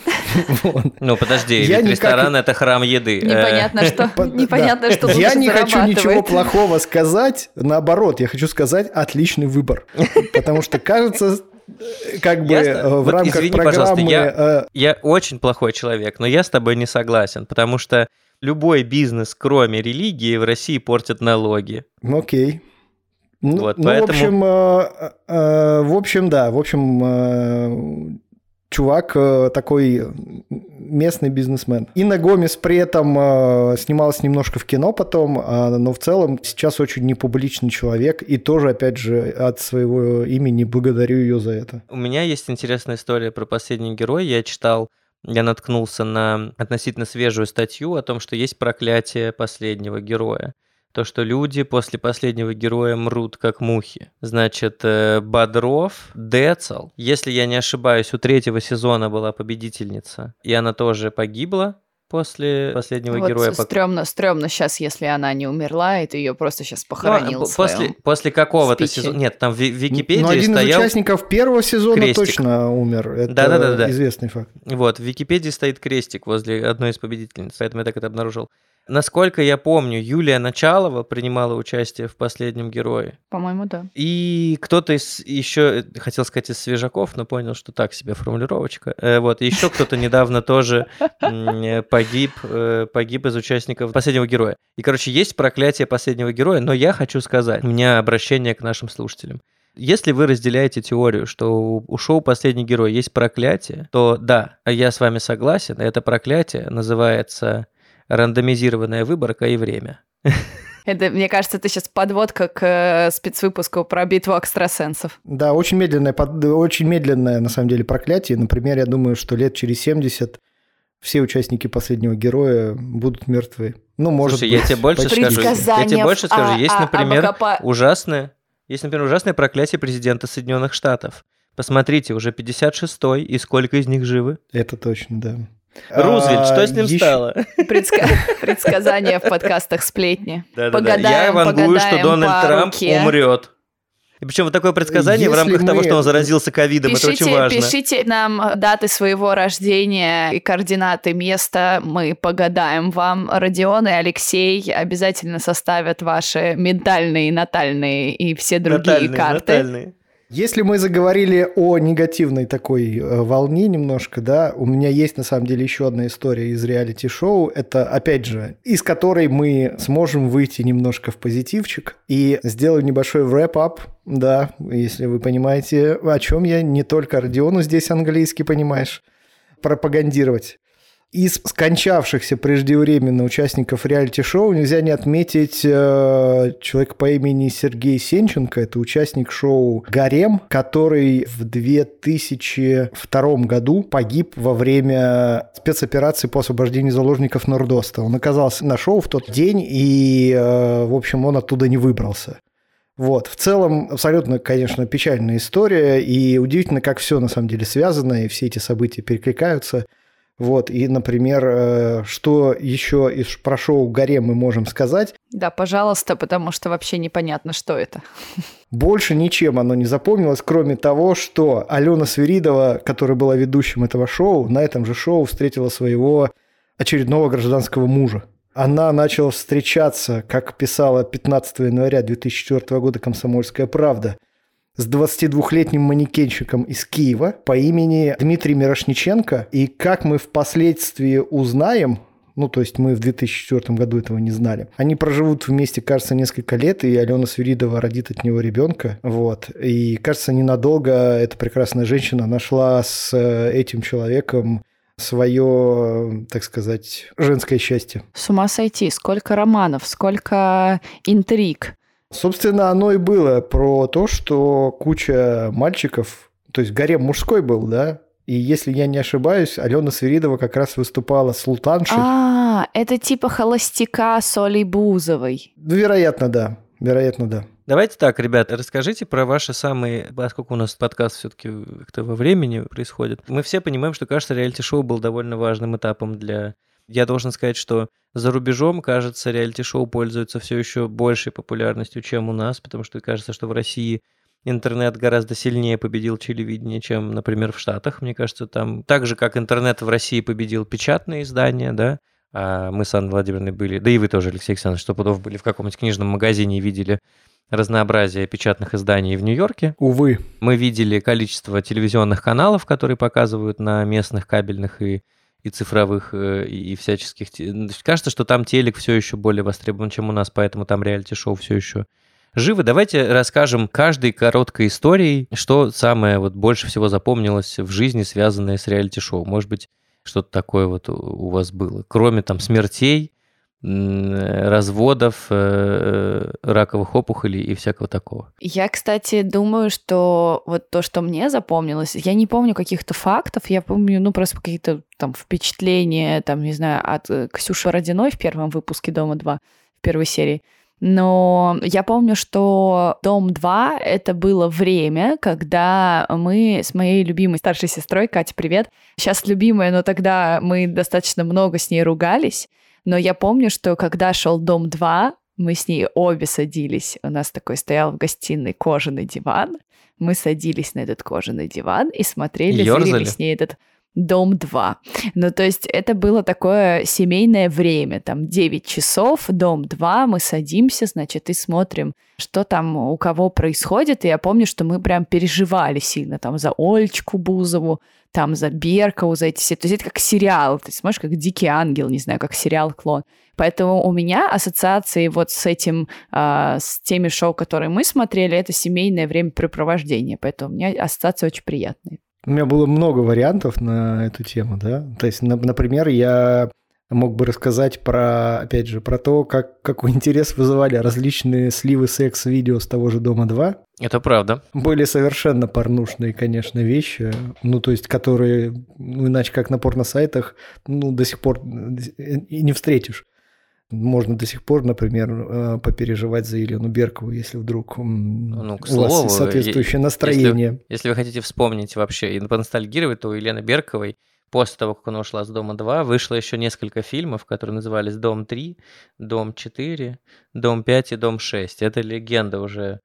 Ну, подожди, ведь ресторан – это храм еды. Непонятно, что непонятно, что лучше Я не хочу ничего плохого сказать, наоборот, я хочу сказать отличный выбор, потому что кажется, как бы в рамках Извини, программы... Я, я очень плохой человек, но я с тобой не согласен, потому что любой бизнес, кроме религии, в России портят налоги. Окей. Ну, вот, ну поэтому... в общем, э, э, в общем, да, в общем... Э, чувак такой местный бизнесмен. Инна Гомес при этом э, снималась немножко в кино потом, э, но в целом сейчас очень непубличный человек, и тоже, опять же, от своего имени благодарю ее за это. У меня есть интересная история про «Последний герой». Я читал, я наткнулся на относительно свежую статью о том, что есть проклятие последнего героя. То, что люди после последнего героя мрут, как мухи. Значит, Бодров, Децл, если я не ошибаюсь, у третьего сезона была победительница, и она тоже погибла после последнего вот героя. Стрёмно, стрёмно сейчас, если она не умерла, и ты ее просто сейчас похоронил. Ну, после, после какого-то сезона... Нет, там в Википедии стоял... Ну, один стоял... из участников первого сезона крестик. Точно умер. Это да, да, да, да. известный факт. Вот, в Википедии стоит крестик возле одной из победительниц, поэтому я так это обнаружил. насколько я помню, Юлия Началова принимала участие в «Последнем герое». По-моему, да. И кто-то из еще, хотел сказать, из свежаков, но понял, что так себе формулировочка. Э, вот, и еще кто-то недавно тоже м, погиб, э, погиб из участников «Последнего героя». И, короче, есть проклятие «Последнего героя», но я хочу сказать, у меня обращение к нашим слушателям. Если вы разделяете теорию, что у- у шоу «Последний герой» есть проклятие, то да, я с вами согласен. Это проклятие называется рандомизированная выборка и время. Это, мне кажется, это сейчас подводка к э, спецвыпуску про битву экстрасенсов. Да, очень медленное, под- очень медленное, на самом деле, проклятие. Например, я думаю, что лет через семьдесят все участники «Последнего героя» будут мертвы. Ну, может Слушай, быть. я тебе больше почти. скажу. Я тебе Предсказания больше в- скажу. а- Есть, а- например, Абакапа- ужасное, есть, например, ужасное проклятие президента Соединенных Штатов. Посмотрите, уже пятьдесят шестой, и сколько из них живы? Это точно, да. Рузвельт, что с ним А, ещё- стало? Предска- Предсказания в подкастах «Сплетни». Да-да-да. Я Погадаем, вангую, что погадаем Дональд по Трамп руке. умрет. И причем вот такое предсказание в Если рамках того, мы- что он заразился ковидом, это очень Пишите, важно. пишите нам даты своего рождения и координаты места. Мы погадаем вам. Родион и Алексей обязательно составят ваши ментальные, натальные и все другие Натальные, карты. натальные. Если мы заговорили о негативной такой э, волне немножко, да, у меня есть на самом деле еще одна история из реалити-шоу. Это, опять же, из которой мы сможем выйти немножко в позитивчик и сделать небольшой wrap-up, да, если вы понимаете, о чем я, не только Родиону здесь английский, понимаешь, пропагандировать. Из скончавшихся преждевременно участников реалити-шоу нельзя не отметить э, человека по имени Сергей Сенченко. Это участник шоу «Гарем», который в две тысячи втором году погиб во время спецоперации по освобождению заложников Нордоста. Он оказался на шоу в тот день, и, э, в общем, он оттуда не выбрался. Вот. В целом, абсолютно, конечно, печальная история, и удивительно, как все на самом деле связано, и все эти события перекликаются. Вот, и, например, что еще из про шоу «Гарем» мы можем сказать? Да, пожалуйста, потому что вообще непонятно, что это. Больше ничем оно не запомнилось, кроме того, что Алена Свиридова, которая была ведущим этого шоу, на этом же шоу встретила своего очередного гражданского мужа. Она начала встречаться, как писала пятнадцатого января две тысячи четвёртого года «Комсомольская правда», с двадцатидвухлетним манекенщиком из Киева по имени Дмитрий Мирошниченко. И как мы впоследствии узнаем, ну, то есть мы в две тысячи четвёртом году этого не знали, они проживут вместе, кажется, несколько лет, и Алена Свиридова родит от него ребенка. Вот. И, кажется, ненадолго эта прекрасная женщина нашла с этим человеком свое, так сказать, женское счастье. С ума сойти. Сколько романов, сколько интриг. Собственно, оно и было про то, что куча мальчиков, то есть «Гарем» мужской был, да, и если я не ошибаюсь, Алена Свиридова как раз выступала султаншей. А, это типа холостяка с Олей Бузовой. Вероятно, да, вероятно, да. Давайте так, ребята, расскажите про ваши самые... Поскольку у нас подкаст все-таки как-то во времени происходит, мы все понимаем, что, кажется, реалити-шоу был довольно важным этапом для... Я должен сказать, что за рубежом, кажется, реалити-шоу пользуется все еще большей популярностью, чем у нас, потому что кажется, что в России интернет гораздо сильнее победил телевидение, чем, например, в Штатах. Мне кажется, там так же, как интернет в России победил печатные издания, да, а мы с Анной Владимировной были, да и вы тоже, Алексей Александрович, сто пудов были в каком-нибудь книжном магазине и видели разнообразие печатных изданий в Нью-Йорке. Увы. Мы видели количество телевизионных каналов, которые показывают на местных кабельных и и цифровых, и, и всяческих... Кажется, что там телек все еще более востребован, чем у нас, поэтому там реалити-шоу все еще живы. Давайте расскажем каждой короткой историей, что самое вот больше всего запомнилось в жизни, связанное с реалити-шоу. Может быть, что-то такое вот у вас было. Кроме там смертей, разводов, раковых опухолей и всякого такого. Я, кстати, думаю, что вот то, что мне запомнилось, я не помню каких-то фактов, я помню, ну, просто какие-то там впечатления, там, не знаю, от Ксюши Родиной в первом выпуске «Дома-два», в первой серии. Но я помню, что «Дом-два» — это было время, когда мы с моей любимой старшей сестрой, Катя, привет, сейчас любимая, но тогда мы достаточно много с ней ругались. Но я помню, что когда шел «Дом-два», мы с ней обе садились. У нас такой стоял в гостиной кожаный диван. Мы садились на этот кожаный диван и смотрели, Ёрзали? зрели с ней этот Дом два. Ну, то есть это было такое семейное время, там девять часов, Дом два, мы садимся, значит, и смотрим, что там у кого происходит. И я помню, что мы прям переживали сильно там за Олечку Бузову, там за Беркову, за эти все. То есть это как сериал, ты смотришь, как «Дикий ангел», не знаю, как сериал «Клон». Поэтому у меня ассоциации вот с этим, э, с теми шоу, которые мы смотрели, это семейное времяпрепровождение. Поэтому у меня ассоциации очень приятные. У меня было много вариантов на эту тему, да. То есть, например, я мог бы рассказать про, опять же, про то, как, какой интерес вызывали различные сливы секс-видео с того же «Дома два». Это правда. Были совершенно порнушные, конечно, вещи, ну, то есть, которые, ну, иначе как на порносайтах, ну, до сих пор и не встретишь. Можно до сих пор, например, попереживать за Елену Беркову, если вдруг ну, к слову, у вас соответствующее настроение. Если, если вы хотите вспомнить вообще и поностальгировать, то у Елены Берковой после того, как она ушла с «Дома два», вышло еще несколько фильмов, которые назывались «Дом три», «Дом четыре», «Дом пять» и «Дом шесть». Это легенда уже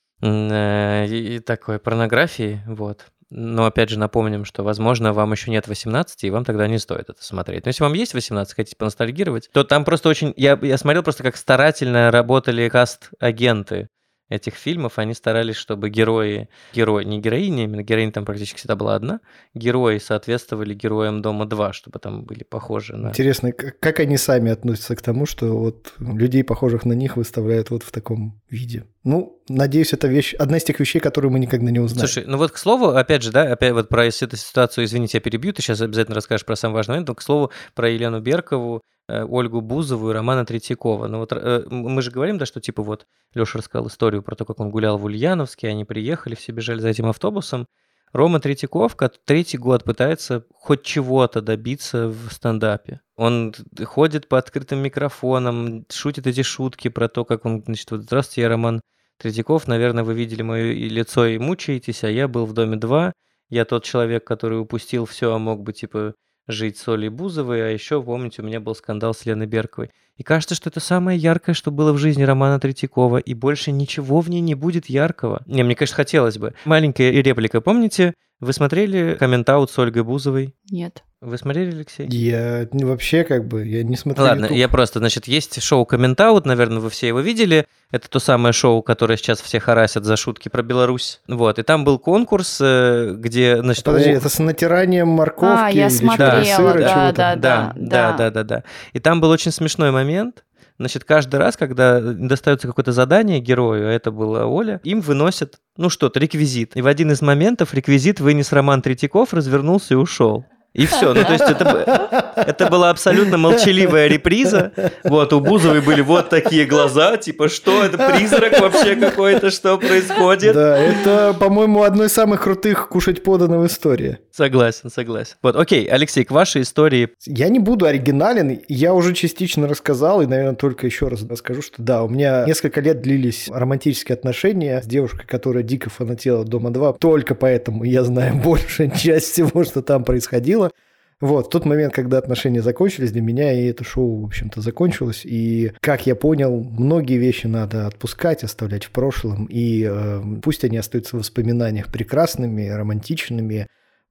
и такой порнографии, вот. Но опять же напомним, что, возможно, вам еще нет восемнадцати, и вам тогда не стоит это смотреть. Но если вам есть восемнадцать, хотите поностальгировать, то там просто очень... Я, я смотрел просто, как старательно работали каст-агенты этих фильмов. Они старались, чтобы герои... Герои, не героини, именно героиня там практически всегда была одна. Герои соответствовали героям «Дома два», чтобы там были похожи на... Интересно, как они сами относятся к тому, что вот людей, похожих на них, выставляют вот в таком виде? Ну, надеюсь, это вещь, одна из тех вещей, которые мы никогда не узнаем. Слушай, ну вот к слову, опять же, да, опять вот про эту ситуацию, извините, я перебью, ты сейчас обязательно расскажешь про самый важный момент, но к слову про Елену Беркову, Ольгу Бузову и Романа Третьякова. Ну вот мы же говорим, да, что типа вот Леша рассказал историю про то, как он гулял в Ульяновске, они приехали, все бежали за этим автобусом. Рома Третьяков, который третий год пытается хоть чего-то добиться в стендапе. Он ходит по открытым микрофонам, шутит эти шутки про то, как он, значит, вот здравствуйте, я Роман Третьяков, наверное, вы видели мое лицо и мучаетесь, а я был в «Доме два», я тот человек, который упустил все, а мог бы, типа, жить с Олей Бузовой, а еще, помните, у меня был скандал с Леной Берковой. И кажется, что это самое яркое, что было в жизни Романа Третьякова, и больше ничего в ней не будет яркого. Не, мне, конечно, хотелось бы. Маленькая реплика, помните? Вы смотрели «Коммент-аут» с Ольгой Бузовой? Нет. Вы смотрели, Алексей? Я вообще как бы, я не смотрел Ладно, YouTube. Я просто, значит, есть шоу «Коммент-аут», наверное, вы все его видели. Это то самое шоу, которое сейчас все харасят за шутки про Беларусь. Вот, и там был конкурс, где, значит... Подожди, о... это с натиранием морковки? А, я смотрела, сыра, да, да, да, да, да, да, да. И там был очень смешной момент. Значит, каждый раз, когда достается какое-то задание герою, а это была Оля, им выносят, ну что-то, реквизит. И в один из моментов реквизит вынес Роман Третьяков, развернулся и ушел. И все. Ну, то есть это, это была абсолютно молчаливая реприза. Вот, у Бузовой были вот такие глаза, типа, что это, призрак вообще какой-то, что происходит? Да, это, по-моему, одно из самых крутых кушать подано в истории. Согласен, согласен. Вот, окей, Алексей, к вашей истории. Я не буду оригинален, я уже частично рассказал, и, наверное, только еще раз расскажу, что да, у меня несколько лет длились романтические отношения с девушкой, которая дико фанатела «Дома два», только поэтому я знаю большую часть всего, что там происходило. Вот, в тот момент, когда отношения закончились, для меня и это шоу, в общем-то, закончилось. И, как я понял, многие вещи надо отпускать, оставлять в прошлом. И э, пусть они остаются в воспоминаниях прекрасными, романтичными,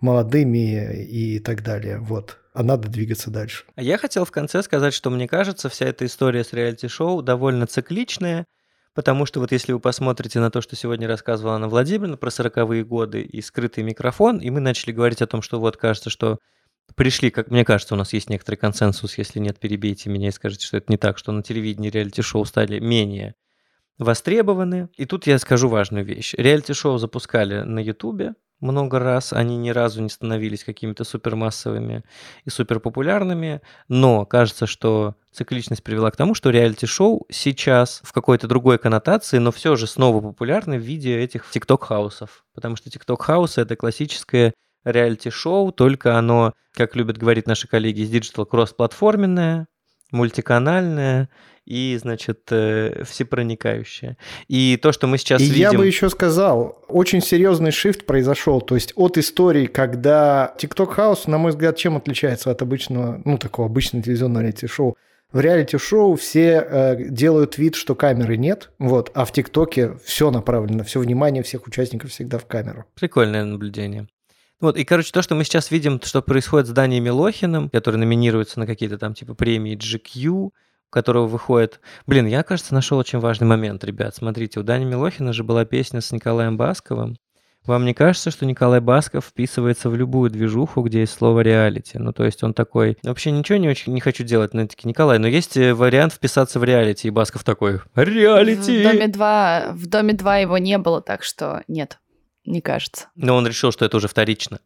молодыми и так далее. Вот. А надо двигаться дальше. А я хотел в конце сказать, что мне кажется, вся эта история с реалити-шоу довольно цикличная. Потому что вот если вы посмотрите на то, что сегодня рассказывала Анна Владимировна про сороковые годы и скрытый микрофон, и мы начали говорить о том, что вот кажется, что пришли, как мне кажется, у нас есть некоторый консенсус, если нет, перебейте меня и скажите, что это не так, что на телевидении реалити-шоу стали менее востребованы. И тут я скажу важную вещь. Реалити-шоу запускали на Ютубе много раз, они ни разу не становились какими-то супермассовыми и суперпопулярными, но кажется, что цикличность привела к тому, что реалити-шоу сейчас в какой-то другой коннотации, но все же снова популярны в виде этих тикток-хаусов, потому что тикток-хаусы — это классическое реалити-шоу, только оно, как любят говорить наши коллеги из Digital, кросс-платформенное, мультиканальное и, значит, э, всепроникающее. И то, что мы сейчас и видим... я бы еще сказал, очень серьезный шифт произошел. То есть от истории, когда TikTok House, на мой взгляд, чем отличается от обычного, ну, такого обычного телевизионного реалити-шоу? В реалити-шоу все э, делают вид, что камеры нет, вот, а в ТикТоке все направлено, все внимание всех участников всегда в камеру. Прикольное наблюдение. Вот, и, короче, то, что мы сейчас видим, что происходит с Даней Милохиным, который номинируется на какие-то там типа премии джи кью, у которого выходит... Блин, я, кажется, нашел очень важный момент, ребят. Смотрите, у Дани Милохина же была песня с Николаем Басковым. Вам не кажется, что Николай Басков вписывается в любую движуху, где есть слово «реалити»? Ну, то есть он такой... Вообще ничего не очень не хочу делать, но таки, Николай, но есть вариант вписаться в реалити, и Басков такой «реалити». В Доме два, в Доме два его не было, так что нет, не кажется. Но он решил, что это уже вторично.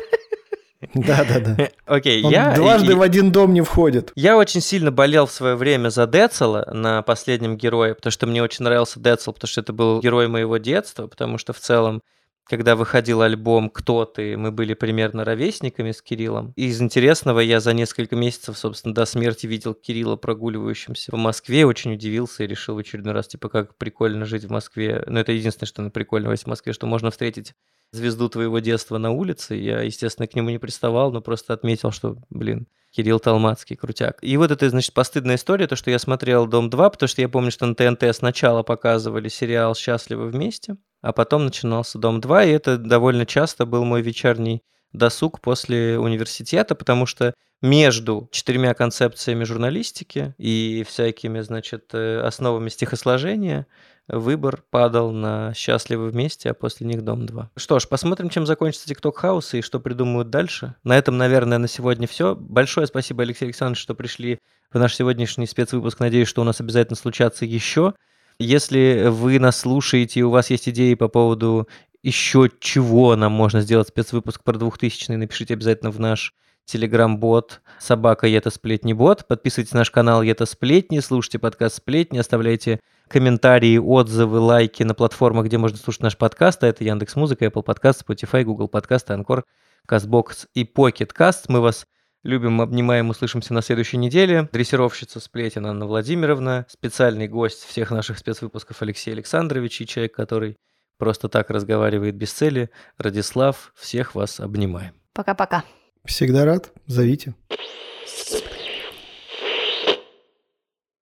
Да-да-да. Окей, Он я... дважды в один дом не входит. Я очень сильно болел в свое время за Децела на последнем герое, потому что мне очень нравился Децел, потому что это был герой моего детства, потому что в целом, когда выходил альбом «Кто ты?», мы были примерно ровесниками с Кириллом. И из интересного я за несколько месяцев, собственно, до смерти видел Кирилла прогуливающимся в Москве, очень удивился и решил в очередной раз, типа, как прикольно жить в Москве. Ну, это единственное, что прикольно в Москве, что можно встретить звезду твоего детства на улице. Я, естественно, к нему не приставал, но просто отметил, что, блин, Кирилл Толмацкий, крутяк. И вот это, значит, постыдная история, то, что я смотрел «Дом два», потому что я помню, что на ТНТ сначала показывали сериал «Счастливы вместе», а потом начинался «Дом два», и это довольно часто был мой вечерний досуг после университета, потому что между четырьмя концепциями журналистики и всякими, значит, основами стихосложения выбор падал на «Счастливы вместе», а после них «Дом два». Что ж, посмотрим, чем закончится TikTok House и что придумают дальше. На этом, наверное, на сегодня все. Большое спасибо, Алексей Александрович, что пришли в наш сегодняшний спецвыпуск. Надеюсь, что у нас обязательно случатся еще. Если вы нас слушаете и у вас есть идеи по поводу еще чего нам можно сделать спецвыпуск про двухтысячные, напишите обязательно в наш телеграм-бот собака Ета Сплетни бот. Подписывайтесь на наш канал Ета Сплетни, слушайте подкаст Сплетни, оставляйте комментарии, отзывы, лайки на платформах, где можно слушать наш подкаст. А это Яндекс.Музыка, Apple Podcast, Spotify, Google Podcast, Anchor, CastBox и Pocket Cast. Мы вас любим, обнимаем, услышимся на следующей неделе. Дрессировщица сплетен Анна Владимировна, специальный гость всех наших спецвыпусков Алексей Александрович и человек, который просто так разговаривает без цели. Радислав, всех вас обнимаем. Пока-пока. Всегда рад, зовите.